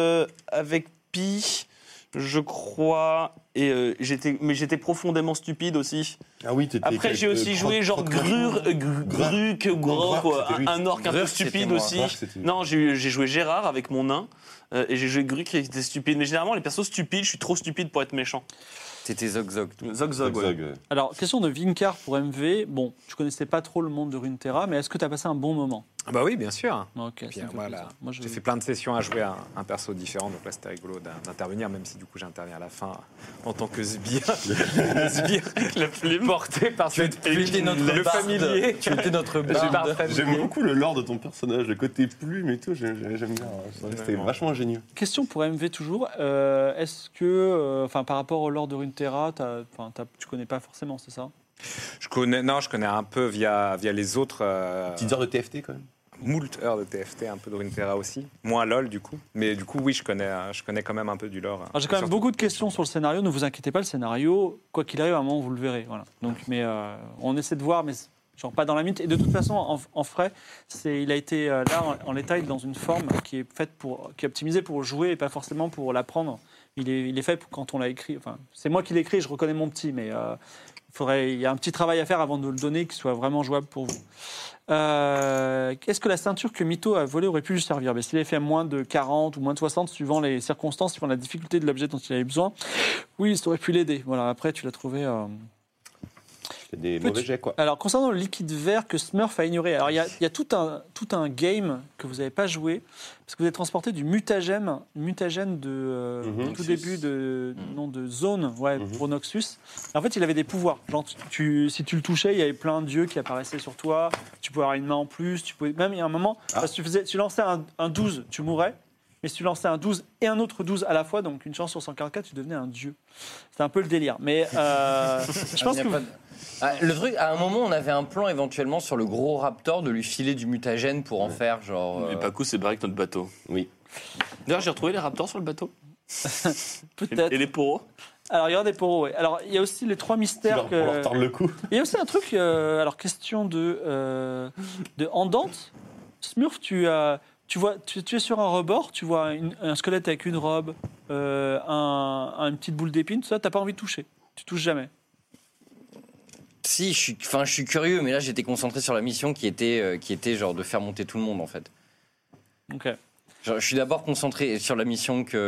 Pi, je crois. Et j'étais profondément stupide aussi. Ah oui, t'étais. Après, j'ai aussi joué genre Gruc, un orc un peu Grurk, c'était stupide moi. aussi. Grurk, c'était- Non, j'ai joué Gérard avec mon nain. Et j'ai joué Gruc qui était stupide. Mais généralement, les persos stupides, je suis trop stupide pour être méchant. C'était Zog Zog. Zog Zog, ouais. Zog, ouais. Alors, question de Vinkar pour MV. Bon, tu connaissais pas trop le monde de Runeterra, mais est-ce que tu as passé un bon moment? Ah bah oui, bien sûr. Ok, Puis, ça me fait voilà. plaisir. Moi, J'ai fait plein de sessions à jouer un perso différent, donc là c'était rigolo d'intervenir, même si du coup j'interviens à la fin en tant que sbire. Le sbire La plume. porté par cette Tu étais notre le barde. familier. Tu étais notre Barde. barde. J'aime beaucoup le lore de ton personnage, le côté plume et tout, j'aime bien. C'était vachement ingénieux. Question pour MV toujours. Est-ce que, par rapport au lore de Runeterra, tu connais pas forcément, c'est ça? Je connais un peu via les autres. Petites heures de TFT quand même. Moult heures de TFT, un peu de Runeterra aussi. Moins LOL du coup. Mais du coup, oui, je connais quand même un peu du lore. Alors, j'ai quand même beaucoup de questions sur le scénario. Ne vous inquiétez pas, le scénario, quoi qu'il arrive, à un moment, vous le verrez. Voilà. Donc, mais on essaie de voir, mais genre pas dans la minute. Et de toute façon, en frais, il a été là en l'état, il est dans une forme qui est faite qui est optimisée pour jouer et pas forcément pour l'apprendre. Il est fait pour quand on l'a écrit. Enfin, c'est moi qui l'ai écrit, je reconnais mon petit, mais il y a un petit travail à faire avant de le donner, qui soit vraiment jouable pour vous. Est-ce que la ceinture que Mytho a volée aurait pu lui servir? S'il avait fait moins de 40 ou moins de 60, suivant les circonstances, suivant la difficulté de l'objet dont il avait besoin, oui, ça aurait pu l'aider. Voilà, après, tu l'as trouvé... C'est des mauvais jets, quoi. Alors, concernant le liquide vert que Smurf a ignoré, alors il y a tout un game que vous n'avez pas joué, parce que vous avez transporté du mutagène de tout début de zone pour Noxus. En fait, il avait des pouvoirs. Genre, si tu le touchais, il y avait plein de dieux qui apparaissaient sur toi, tu pouvais avoir une main en plus, même il y a un moment, parce que tu lançais un 12, tu mourais. Mais si tu lançais un 12 et un autre 12 à la fois, donc une chance sur 144, tu devenais un dieu. C'est un peu le délire. Mais je pense que... Le truc, à un moment, on avait un plan éventuellement sur le gros raptor de lui filer du mutagène pour en faire genre. Mais Paco s'est barré avec notre bateau. Oui. D'ailleurs, j'ai retrouvé les raptors sur le bateau. Peut-être. Et les poros. Alors, il y aura des poros, oui. Alors, il y a aussi les 3 mystères. Pour leur tordre le cou. Il y a aussi un truc, alors question de Andante. Smurf, tu es sur un rebord, tu vois un squelette avec une robe, une petite boule d'épines, tout ça, t'as pas envie de toucher. Tu touches jamais. Si, je suis curieux, mais là j'étais concentré sur la mission qui était genre de faire monter tout le monde en fait. Ok. Genre, je suis d'abord concentré sur la mission qui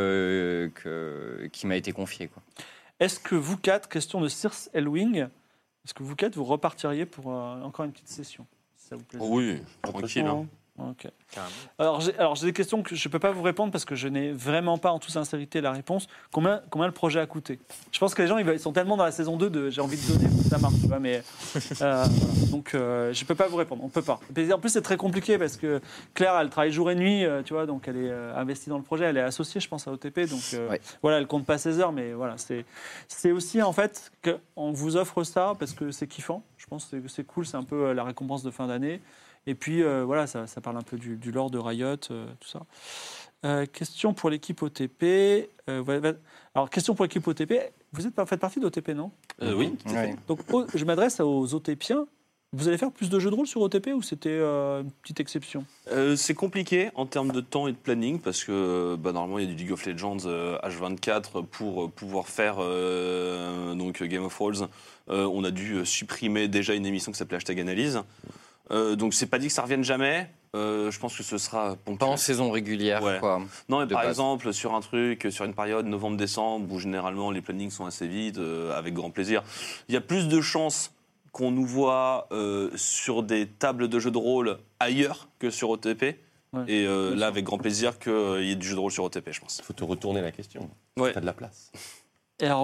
m'a été confiée, quoi. Est-ce que vous quatre, question de Circe Elwing, est-ce que vous quatre vous repartiriez pour encore une petite session, si ça vous plaît? Oui, tranquille. Hein. Ok. Alors j'ai des questions que je ne peux pas vous répondre parce que je n'ai vraiment pas en toute sincérité la réponse. Combien le projet a coûté? Je pense que les gens ils sont tellement dans la saison 2 de j'ai envie de donner pour que ça marche. Tu vois, mais, voilà. Donc je ne peux pas vous répondre. On ne peut pas. Et en plus c'est très compliqué parce que Claire elle travaille jour et nuit, tu vois, donc elle est investie dans le projet. Elle est associée je pense à OTP. Donc voilà, elle ne compte pas ses heures. Mais voilà, c'est aussi en fait qu'on vous offre ça parce que c'est kiffant. Je pense que c'est cool. C'est un peu la récompense de fin d'année. Et puis, voilà, ça parle un peu du lore de Riot, tout ça. Question pour l'équipe OTP. Alors, question pour l'équipe OTP. Vous faites partie d'OTP, non? Oui. Donc, je m'adresse aux OTPiens. Vous allez faire plus de jeux de rôle sur OTP ou c'était une petite exception? C'est compliqué en termes de temps et de planning parce que normalement il y a du League of Legends H24 pour pouvoir faire donc Game of Thrones. On a dû supprimer déjà une émission qui s'appelait Hashtag Analyse. Donc c'est pas dit que ça revienne jamais. Je pense que ce sera ponctuel. Pas en saison régulière, Ouais. quoi. Non, mais par base. exemple sur un truc, sur une période novembre-décembre où généralement les plannings sont assez vides, avec grand plaisir. Il y a plus de chances qu'on nous voit sur des tables de jeux de rôle ailleurs que sur OTP. Ouais. Et là, avec grand plaisir qu'il y ait du jeu de rôle sur OTP, je pense. Il faut te retourner la question. Ouais. T'as de la place. Et alors,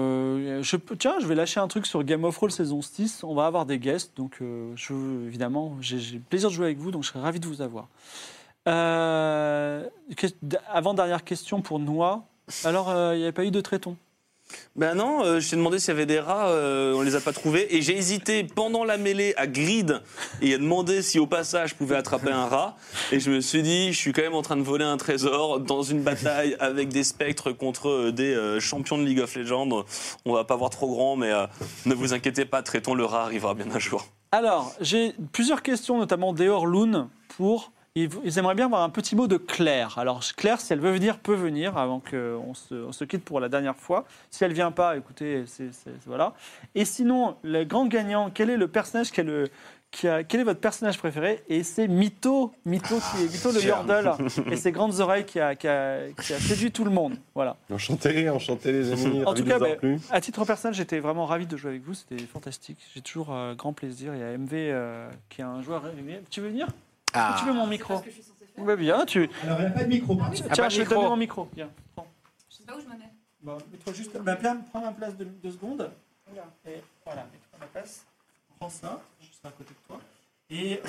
je vais lâcher un truc sur Game of Thrones saison 6. On va avoir des guests, donc évidemment, j'ai le plaisir de jouer avec vous, donc je serais ravi de vous avoir. Avant-dernière question pour Noix. Alors, il n'y avait pas eu de tréton? Ben non, je t'ai demandé s'il y avait des rats, on les a pas trouvés. Et j'ai hésité pendant la mêlée à grid et à demander si au passage je pouvais attraper un rat. Et je me suis dit, je suis quand même en train de voler un trésor dans une bataille avec des spectres contre des champions de League of Legends. On va pas voir trop grand, mais ne vous inquiétez pas, traitons, le rat arrivera bien un jour. Alors, j'ai plusieurs questions, notamment d'Eorloon pour... Ils aimeraient bien avoir un petit mot de Claire. Alors, Claire, si elle veut venir, peut venir avant qu'on se quitte pour la dernière fois. Si elle ne vient pas, écoutez, voilà. Et sinon, le grand gagnant, quel est le personnage quel est votre personnage préféré? Et c'est Mytho le Yordle et ses grandes oreilles qui a séduit tout le monde. Voilà. Enchanté les amis. En tout cas, plus. à titre personnel, j'étais vraiment ravi de jouer avec vous. C'était fantastique. J'ai toujours grand plaisir. Il y a MV qui est un joueur régulier. Tu veux venir? Tu veux mon micro? Ouais, bien, tu... Alors, elle n'a pas de micro. pas Tiens, de je vais te micro. donner mon micro. Viens, prends. Je sais pas où je me mets. Bon, mets-toi juste... prends ma place de 2 secondes. Et voilà, mets-toi ma place. Prends ça, je serai à côté de toi. Et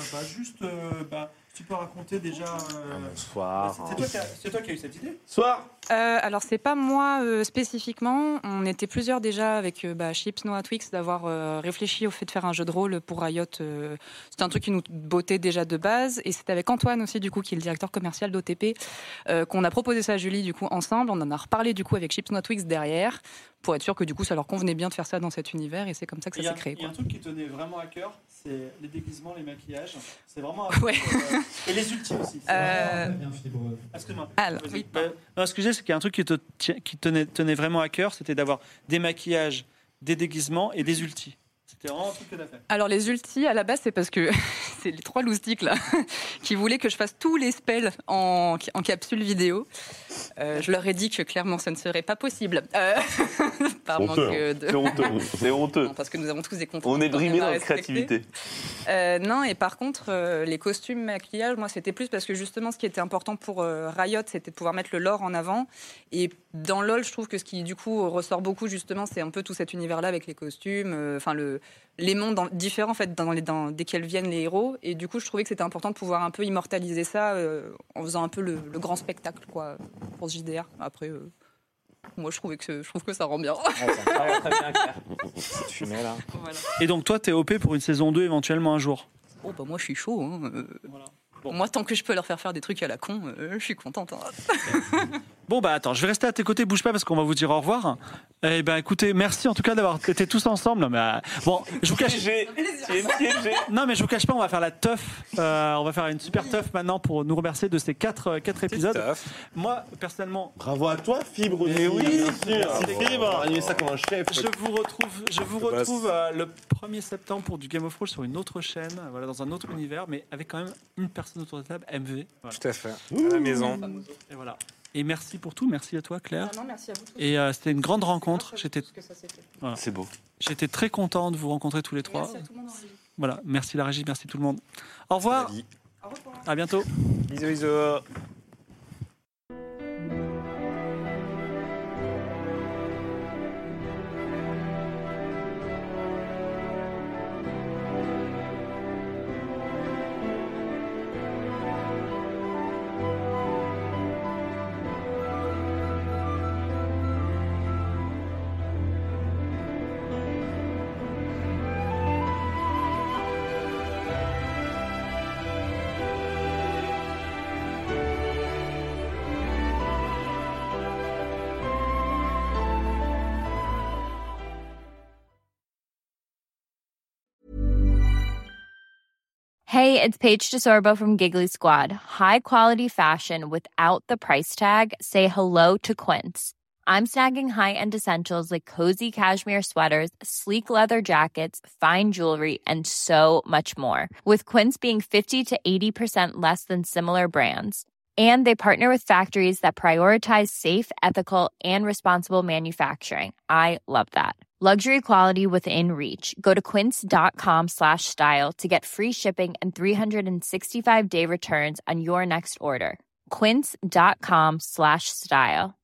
tu peux raconter déjà... Bonsoir. C'est toi qui as eu cette idée? Soir. Alors, c'est pas moi spécifiquement. On était plusieurs déjà avec Chips, Noah, Twix d'avoir réfléchi au fait de faire un jeu de rôle pour Riot. C'était un truc qui nous bottait déjà de base. Et c'était avec Antoine aussi, du coup, qui est le directeur commercial d'OTP, qu'on a proposé ça à Julie, du coup, ensemble. On en a reparlé, du coup, avec Chips, Noah, Twix derrière, pour être sûr que, du coup, ça leur convenait bien de faire ça dans cet univers. Et c'est comme ça que ça s'est créé. Il y a un truc qui tenait vraiment à cœur, c'est les déguisements, les maquillages. C'est vraiment... Ouais. Et les ultis aussi. Excuse-moi. Alors, Vas-y. oui. Non, ce que j'ai, c'est qu'il y a un truc qui tenait vraiment à cœur, c'était d'avoir des maquillages, des déguisements et des ultis. C'était vraiment un truc que t'as fait. Alors les ultis, à la base, c'est parce que c'est les 3 loustiques là qui voulaient que je fasse tous les spells en capsule vidéo. Je leur ai dit que clairement, ça ne serait pas possible. Par manque de... C'est honteux. C'est honteux. Non, parce que nous avons tous des contraintes. On est brimé dans à notre respecter. créativité. Non, et par contre, les costumes, maquillage, moi, c'était plus parce que justement, ce qui était important pour Riot, c'était de pouvoir mettre le lore en avant. Et dans LoL, je trouve que ce qui, du coup, ressort beaucoup, justement, c'est un peu tout cet univers-là avec les costumes, les mondes différents, en fait, desquels viennent les héros. Et du coup, je trouvais que c'était important de pouvoir un peu immortaliser ça en faisant un peu le grand spectacle, quoi, pour ce JDR. Après... Moi, je trouve que ça rend bien. Très bien, Claire. Cette fumée, là. Voilà. Et donc toi, t'es OP pour une saison 2 éventuellement un jour? Oh, moi, je suis chaud. Hein. Voilà. Bon. Moi, tant que je peux leur faire des trucs à la con, je suis contente. Hein. Bon, attends, je vais rester à tes côtés, bouge pas parce qu'on va vous dire au revoir. Eh écoutez, merci en tout cas d'avoir été tous ensemble. Non, mais, bon, je vous cache... Non, mais je vous cache pas, on va faire la teuf. On va faire une super teuf maintenant pour nous remercier de ces 4 épisodes. Moi, personnellement... Bravo à toi, Fibre aussi. Eh oui, bien sûr. c'est Fibre. On a animé ça comme un chef. Je vous retrouve le 1er septembre pour du Game of Thrones sur une autre chaîne, voilà, dans un autre univers, mais avec quand même une personne autour de la table, MV. Voilà. Tout à fait. À la maison. Et voilà. Et merci pour tout, merci à toi Claire. Non, merci à vous tous. Et c'était une grande rencontre. Voilà. C'est beau. J'étais très content de vous rencontrer tous les 3. Merci à tout le monde en régie. Voilà, merci la régie, merci tout le monde. Au revoir. Au revoir. À bientôt. Bisous, bisous. Hey, it's Paige DeSorbo from Giggly Squad. High quality fashion without the price tag. Say hello to Quince. I'm snagging high-end essentials like cozy cashmere sweaters, sleek leather jackets, fine jewelry, and so much more. With Quince being 50 to 80% less than similar brands. And they partner with factories that prioritize safe, ethical, and responsible manufacturing. I love that. Luxury quality within reach. Go to quince.com/style to get free shipping and 365-day returns on your next order. Quince.com/style.